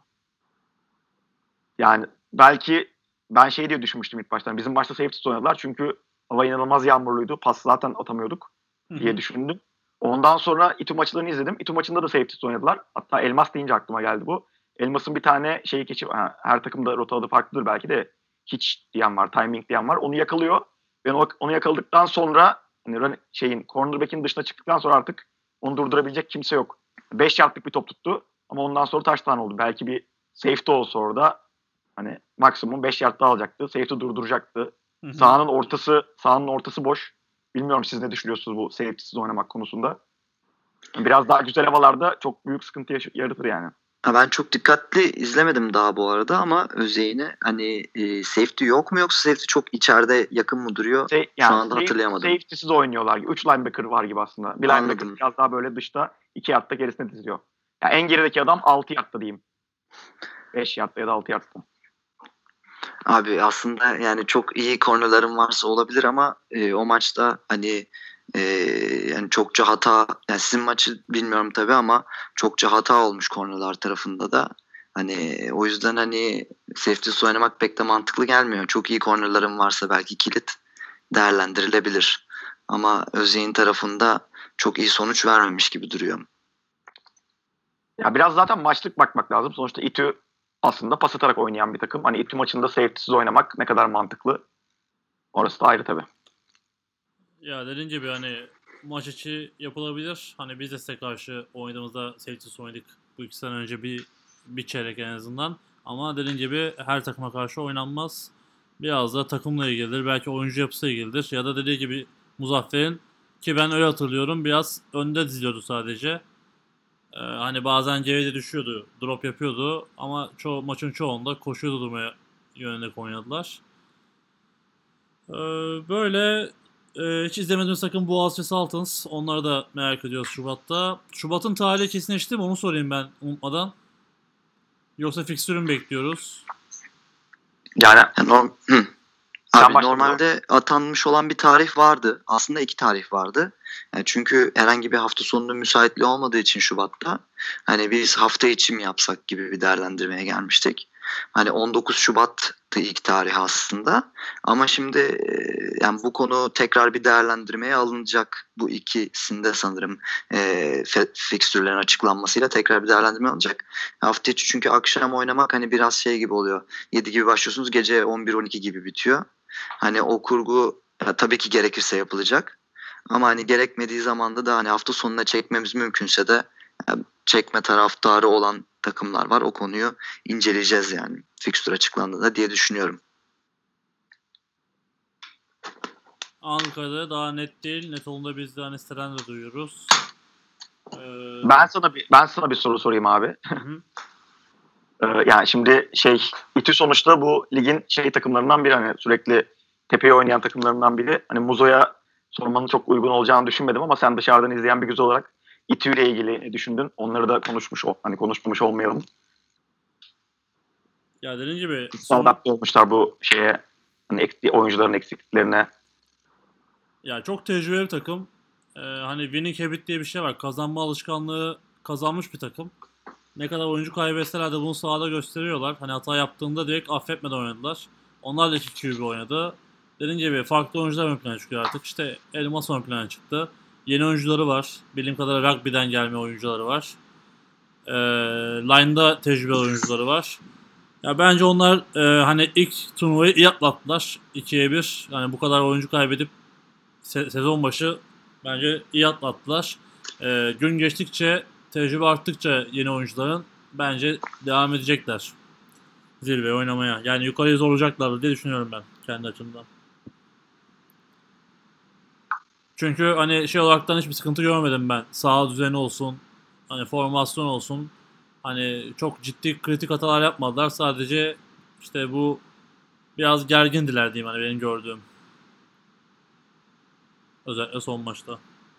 Yani belki ben şey diye düşünmüştüm ilk baştan. Bizim maçta safety'siz oynadılar çünkü hava inanılmaz yağmurluydu. Pas zaten atamıyorduk diye Hı hı. düşündüm. Ondan sonra İTÜ maçlarını izledim. İTÜ maçında da safety'siz oynadılar. Hatta Elmas deyince aklıma geldi bu. Elmas'ın bir tane şeyi geçip, ha, her takımda rota adı farklıdır belki de, hiç diyen var, timing diyen var. Onu yakalıyor. Ben o- onu yakaladıktan sonra hani run- şeyin cornerback'in dışına çıktıktan sonra artık onu durdurabilecek kimse yok. beş yardlık bir top tuttu ama ondan sonra touchdown oldu. Belki bir safety olsa orada hani maksimum beş yard daha alacaktı. Safety durduracaktı. Hı hı. Sahanın ortası sahanın ortası boş. Bilmiyorum siz ne düşünüyorsunuz bu safety'siz oynamak konusunda. Biraz daha güzel havalarda çok büyük sıkıntı yaş- yaratır yani. Ha, ben çok dikkatli izlemedim daha bu arada ama Özyeğin'i hani e, safety yok mu yoksa safety çok içeride yakın mı duruyor? Şey, Şu anda safe- hatırlayamadım. Safety'siz oynuyorlar. üç linebacker var gibi aslında. Bir Anladım. linebacker biraz daha böyle dışta, iki yardta gerisine diziyor. Yani en gerideki adam altı yardta diyeyim. beş yardta ya da altı yardta. Abi aslında yani çok iyi kornerların varsa olabilir ama e, o maçta hani e, yani çokça hata, yani sizin maçı bilmiyorum tabii ama çokça hata olmuş kornerlar tarafında da. Hani o yüzden hani safety'si oynamak pek de mantıklı gelmiyor. Çok iyi kornerların varsa belki kilit değerlendirilebilir. Ama Özyeğin tarafında çok iyi sonuç vermemiş gibi duruyor. Ya biraz zaten maçlık bakmak lazım. Sonuçta İTÜ aslında pas atarak oynayan bir takım. Hani İTÜ maçında safety'siz oynamak ne kadar mantıklı? Orası da ayrı tabii. Ya dediğin gibi hani maç içi yapılabilir. Hani biz de size karşı oynadığımızda safety'siz oynadık bu iki sene önce, bir bir çeyrek en azından. Ama dediğin gibi her takıma karşı oynanmaz. Biraz da takımla ilgilidir. Belki oyuncu yapısıyla ilgilidir. Ya da dediği gibi Muzaffer'in, ki ben öyle hatırlıyorum, biraz önde diziliyordu sadece. Ee, hani bazen geride düşüyordu, drop yapıyordu ama çoğu maçın çoğunda koşuyordu durmaya yönelik oynadılar. Ee, böyle e, hiç izlemediğiniz takım Boğaziçi Saltans. Onları da merak ediyoruz Şubat'ta. Şubat'ın tarihi kesinleşti mi? Onu sorayım ben unutmadan. Yoksa fikstürü mü bekliyoruz? Yani Yani norm- Hı. Sen Abi başla normalde atanmış olan bir tarih vardı. Aslında iki tarih vardı. Yani çünkü herhangi bir hafta sonunun müsaitliği olmadığı için Şubat'ta hani biz hafta içi mi yapsak gibi bir değerlendirmeye gelmiştik. Hani on dokuz Şubat'tı ilk tarihi aslında. Ama şimdi e, yani bu konu tekrar bir değerlendirmeye alınacak. Bu ikisinde sanırım e, fe- fikstürlerin açıklanmasıyla tekrar bir değerlendirme alınacak. Hafta içi çünkü akşam oynamak hani biraz şey gibi oluyor. yedi gibi başlıyorsunuz, gece on bir on iki gibi bitiyor. Hani o kurgu ya, tabii ki gerekirse yapılacak. Ama hani gerekmediği zamanda da hani hafta sonuna çekmemiz mümkünse de yani çekme taraftarı olan takımlar var. O konuyu inceleyeceğiz yani fikstür açıklandığında diye düşünüyorum. Ankara'da daha net değil. Net olduğunda biz de hani siteden de duyuyoruz. Ee, Ben sana bir ben sana bir soru sorayım abi. hı hı. Ee, yani şimdi şey İTÜ sonuçta bu ligin şey takımlarından biri, hani sürekli tepeye oynayan takımlarından biri. Hani Muzo'ya sormanın çok uygun olacağını düşünmedim ama sen dışarıdan izleyen bir göz olarak İTÜ ile ilgili ne düşündün? Onları da konuşmuş ol- hani konuşmamış olmayalım. Ya dediğim gibi Nasıl son, adapte olmuşlar bu şeye, hani eksik, oyuncuların eksikliklerine. ya çok tecrübeli bir takım. Ee, hani winning habit diye bir şey var. Kazanma alışkanlığı kazanmış bir takım. Ne kadar oyuncu kaybetseler de bunu sahada gösteriyorlar. Hani hata yaptığında direkt affetmeden oynadılar. Onlar da iki Q B oynadı. Dediğim gibi farklı oyuncular ön plana çıkıyor artık. İşte Elmas ön plana çıktı. Yeni oyuncuları var. Bildiğim kadarıyla rugby'den gelme oyuncuları var. Ee, Line'da tecrübeli oyuncuları var. Ya bence onlar e, hani ilk turnuvayı iyi atlattılar. ikiye bir. Yani bu kadar oyuncu kaybedip se- sezon başı bence iyi atlattılar. Ee, gün geçtikçe, tecrübe arttıkça yeni oyuncuların bence devam edecekler zirveye oynamaya. Yani yukarıya zorlayacaklar diye düşünüyorum ben kendi açımdan. Çünkü hani şey olaraktan hiçbir sıkıntı görmedim ben. Saha düzeni olsun, hani formasyon olsun. Hani çok ciddi kritik hatalar yapmadılar. Sadece işte bu biraz gergindiler diyeyim hani benim gördüğüm. Özellikle son maçta.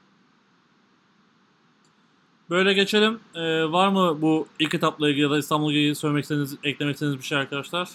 Böyle geçelim. Ee, var mı bu ilk etapla ilgili ya da İstanbul'la ilgili söylemek istediğiniz, eklemek istediğiniz bir şey arkadaşlar?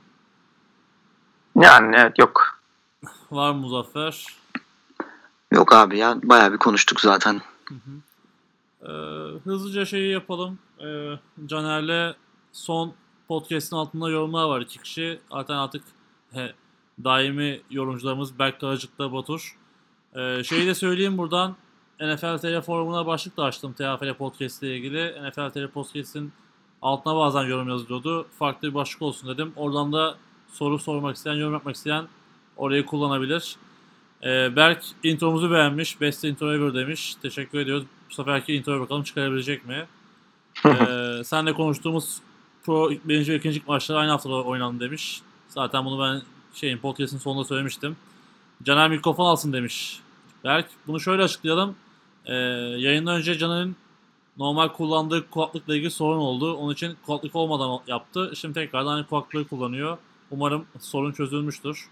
Yani evet, yok. Var mı Muzaffer? Yok abi ya, bayağı bir konuştuk zaten. Hı hı. Ee, hızlıca şeyi yapalım. Ee, Caner'le son podcast'in altında yorumlar var iki kişi. Zaten artık he, daimi yorumcularımız Berk Karacık'la Batur. Ee, şeyi de söyleyeyim buradan. N F L T R forumuna başlık da açtım T F L Podcast ile ilgili. N F L T R Podcast'in altına bazen yorum yazılıyordu. Farklı bir başlık olsun dedim. Oradan da soru sormak isteyen, yorum yapmak isteyen orayı kullanabilir. Ee, Berk intromuzu beğenmiş. Best intro ever demiş. Teşekkür ediyoruz. Bu seferki introya bakalım çıkarabilecek mi? Ee, senle konuştuğumuz Pro birinci ve ikinci maçlar aynı haftada oynandı demiş. Zaten bunu ben şeyin podcast'in sonunda söylemiştim. Caner mikrofon alsın demiş. Berk bunu şöyle açıklayalım. Ee, yayından önce Caner'in normal kullandığı kulaklıkla ilgili sorun oldu. Onun için kulaklık olmadan yaptı. Şimdi tekrardan aynı kulaklığı kullanıyor. Umarım sorun çözülmüştür.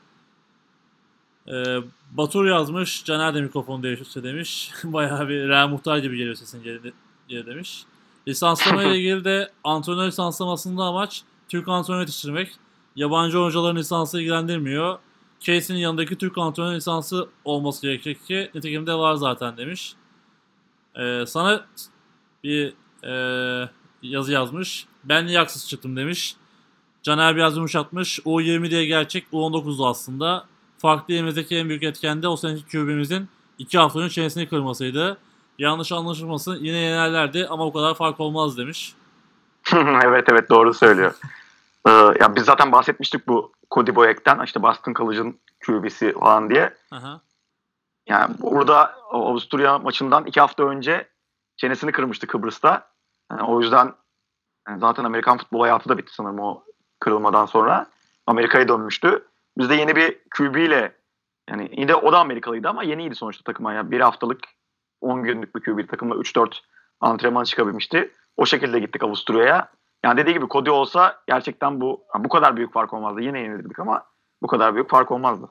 Ee, Batur yazmış. Caner de mikrofonu değiştirse demiş. Bayağı bir Real Muhtar gibi geliyor sesin geri, geri demiş. Lisanslama ile ilgili de antrenör lisanslamasında amaç Türk antrenör yetiştirmek. Yabancı oyuncuların lisansı ilgilendirmiyor. Casey'nin yanındaki Türk antrenör lisansı olması gerekecek ki nitekim de var zaten demiş. Ee, sana bir e, yazı yazmış. Ben niye haksız çıktım demiş. Caner biraz yumuşatmış. U yirmi diye gerçek U on dokuzdu aslında. Farklı elimizdeki en büyük etken de o seneki Q B'mizin iki hafta önce çenesini kırmasıydı. Yanlış anlaşılması yine yenerlerdi ama o kadar fark olmaz demiş. Evet evet, doğru söylüyor. Ee, ya biz zaten bahsetmiştik bu Cody Boyek'ten, işte Boston College'ın Q B'si falan diye. Aha. Yani burada Avusturya maçından iki hafta önce çenesini kırmıştı Kıbrıs'ta. Yani o yüzden yani zaten Amerikan futbol hayatı da bitti sanırım o kırılmadan sonra. Amerika'ya dönmüştü. Biz de yeni bir Q B ile, yani yine o da Amerikalıydı ama yeniydi sonuçta takıma. Yani bir haftalık on günlük bir Q B takımla üç dört antrenman çıkabilmişti. O şekilde gittik Avusturya'ya. Yani dediği gibi Cody olsa gerçekten bu bu kadar büyük fark olmazdı. Yine yenildik ama bu kadar büyük fark olmazdı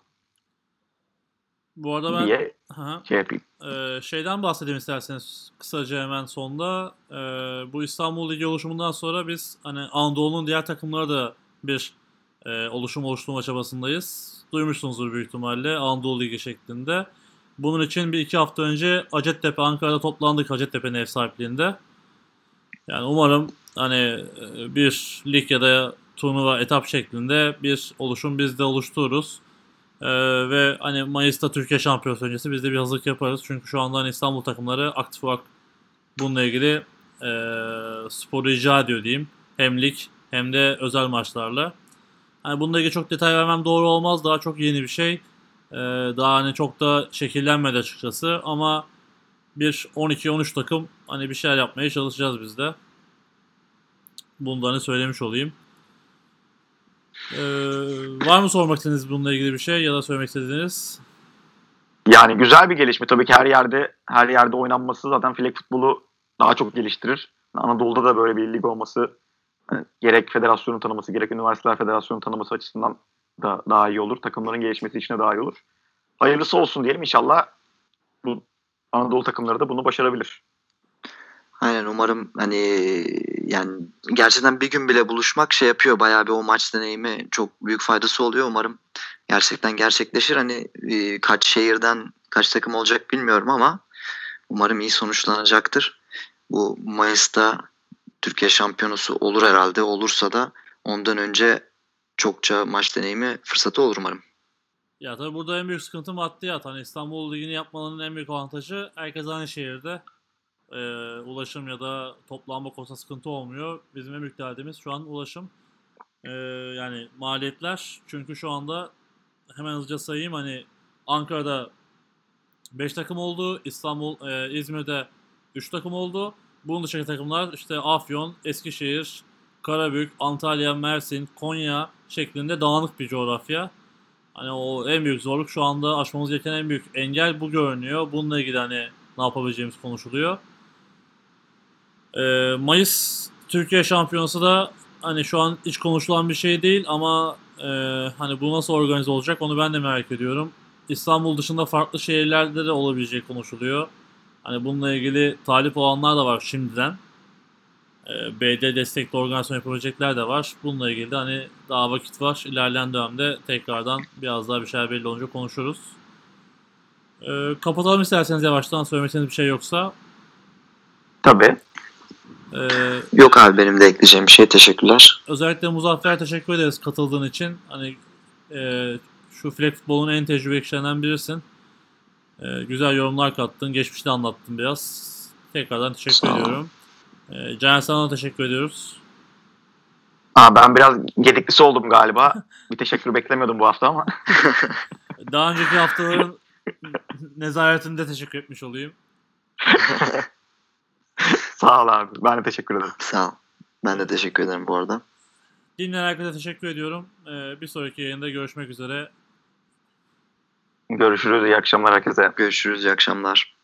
Bu arada ben diye aha, şey yapayım. e, şeyden bahsedeyim isterseniz kısaca hemen sonda. E, bu İstanbul Ligi oluşumundan sonra biz hani Anadolu'nun diğer takımlara da bir e, oluşum oluşturma çabasındayız. Duymuşsunuzdur büyük ihtimalle Anadolu Ligi şeklinde. Bunun için bir iki hafta önce Hacettepe, Ankara'da toplandık Hacettepe'nin ev sahipliğinde. Yani umarım hani e, bir lig ya da turnuva etap şeklinde bir oluşum biz de oluştururuz. Ee, ve hani Mayıs'ta Türkiye Şampiyonası öncesi biz de bir hazırlık yaparız. Çünkü şu anda hani İstanbul takımları aktif olarak bununla ilgili e, sporu icra ediyor diyeyim. Hem lig hem de özel maçlarla. Hani bununla ilgili çok detay vermem doğru olmaz. Daha çok yeni bir şey. Ee, daha hani çok da şekillenmedi açıkçası. Ama bir on iki on üç takım hani bir şeyler yapmaya çalışacağız biz de. Bunu da hani söylemiş olayım. Ee, var mı sormak istediğiniz bununla ilgili bir şey ya da söylemek istediğiniz? Yani güzel bir gelişme. Tabii ki her yerde her yerde oynanması zaten flag futbolu daha çok geliştirir. Anadolu'da da böyle bir lig olması hani gerek federasyonun tanıması gerek üniversiteler federasyonun tanıması açısından da daha iyi olur. Takımların gelişmesi için de daha iyi olur. Hayırlısı olsun diyelim. İnşallah bu Anadolu takımları da bunu başarabilir. Aynen, umarım hani yani gerçekten bir gün bile buluşmak şey yapıyor, bayağı bir o maç deneyimi çok büyük faydası oluyor. Umarım gerçekten gerçekleşir. Hani e, kaç şehirden kaç takım olacak bilmiyorum ama umarım iyi sonuçlanacaktır. Bu Mayıs'ta Türkiye şampiyonası olur herhalde. Olursa da ondan önce çokça maç deneyimi fırsatı olur umarım. Ya tabii burada en büyük sıkıntı maddiyat. Hani İstanbul Ligi'ni yapmanın en büyük avantajı herkes aynı şehirde. Ee, ulaşım ya da toplanma konusunda sıkıntı olmuyor. Bizim en büyük derdimiz şu an ulaşım. Ee, yani maliyetler. Çünkü şu anda hemen hızlıca sayayım. Hani Ankara'da beş takım oldu. İstanbul, e, İzmir'de üç takım oldu. Bunun dışındaki takımlar işte Afyon, Eskişehir, Karabük, Antalya, Mersin, Konya şeklinde dağınık bir coğrafya. Hani o en büyük zorluk şu anda aşmamız gereken en büyük engel bu görünüyor. Bununla ilgili hani ne yapabileceğimiz konuşuluyor. Ee, Mayıs Türkiye Şampiyonası da hani şu an hiç konuşulan bir şey değil ama e, hani bu nasıl organize olacak onu ben de merak ediyorum. İstanbul dışında farklı şehirlerde de olabileceği konuşuluyor. Hani bununla ilgili talip olanlar da var şimdiden. Ee, B D destekli organizasyon yapabilecekler de var. Bununla ilgili de hani daha vakit var. İlerleyen dönemde tekrardan biraz daha bir şeyler belli olunca konuşuruz. Ee, kapatalım isterseniz yavaştan söylemek istediğiniz bir şey yoksa. Tabii. Ee, Yok abi, benim de ekleyeceğim bir şey. Teşekkürler. Özellikle Muzaffer'e teşekkür ederiz katıldığın için. Hani e, şu flag futbolun en tecrübeli kişilerinden birisin. E, güzel yorumlar kattın. Geçmişte anlattın biraz. Tekrardan teşekkür Sağ ol. ediyorum. E, Caner sana da teşekkür ediyoruz. Aa, ben biraz gediklisi oldum galiba. Bir teşekkür beklemiyordum bu hafta ama. Daha önceki haftaların nezaretinde teşekkür etmiş olayım. Sağ ol abi. Ben de teşekkür ederim. Sağ ol. Ben de teşekkür ederim bu arada. Dinleyen herkese teşekkür ediyorum. E, bir sonraki yayında görüşmek üzere. Görüşürüz. İyi akşamlar herkese. Görüşürüz. İyi akşamlar.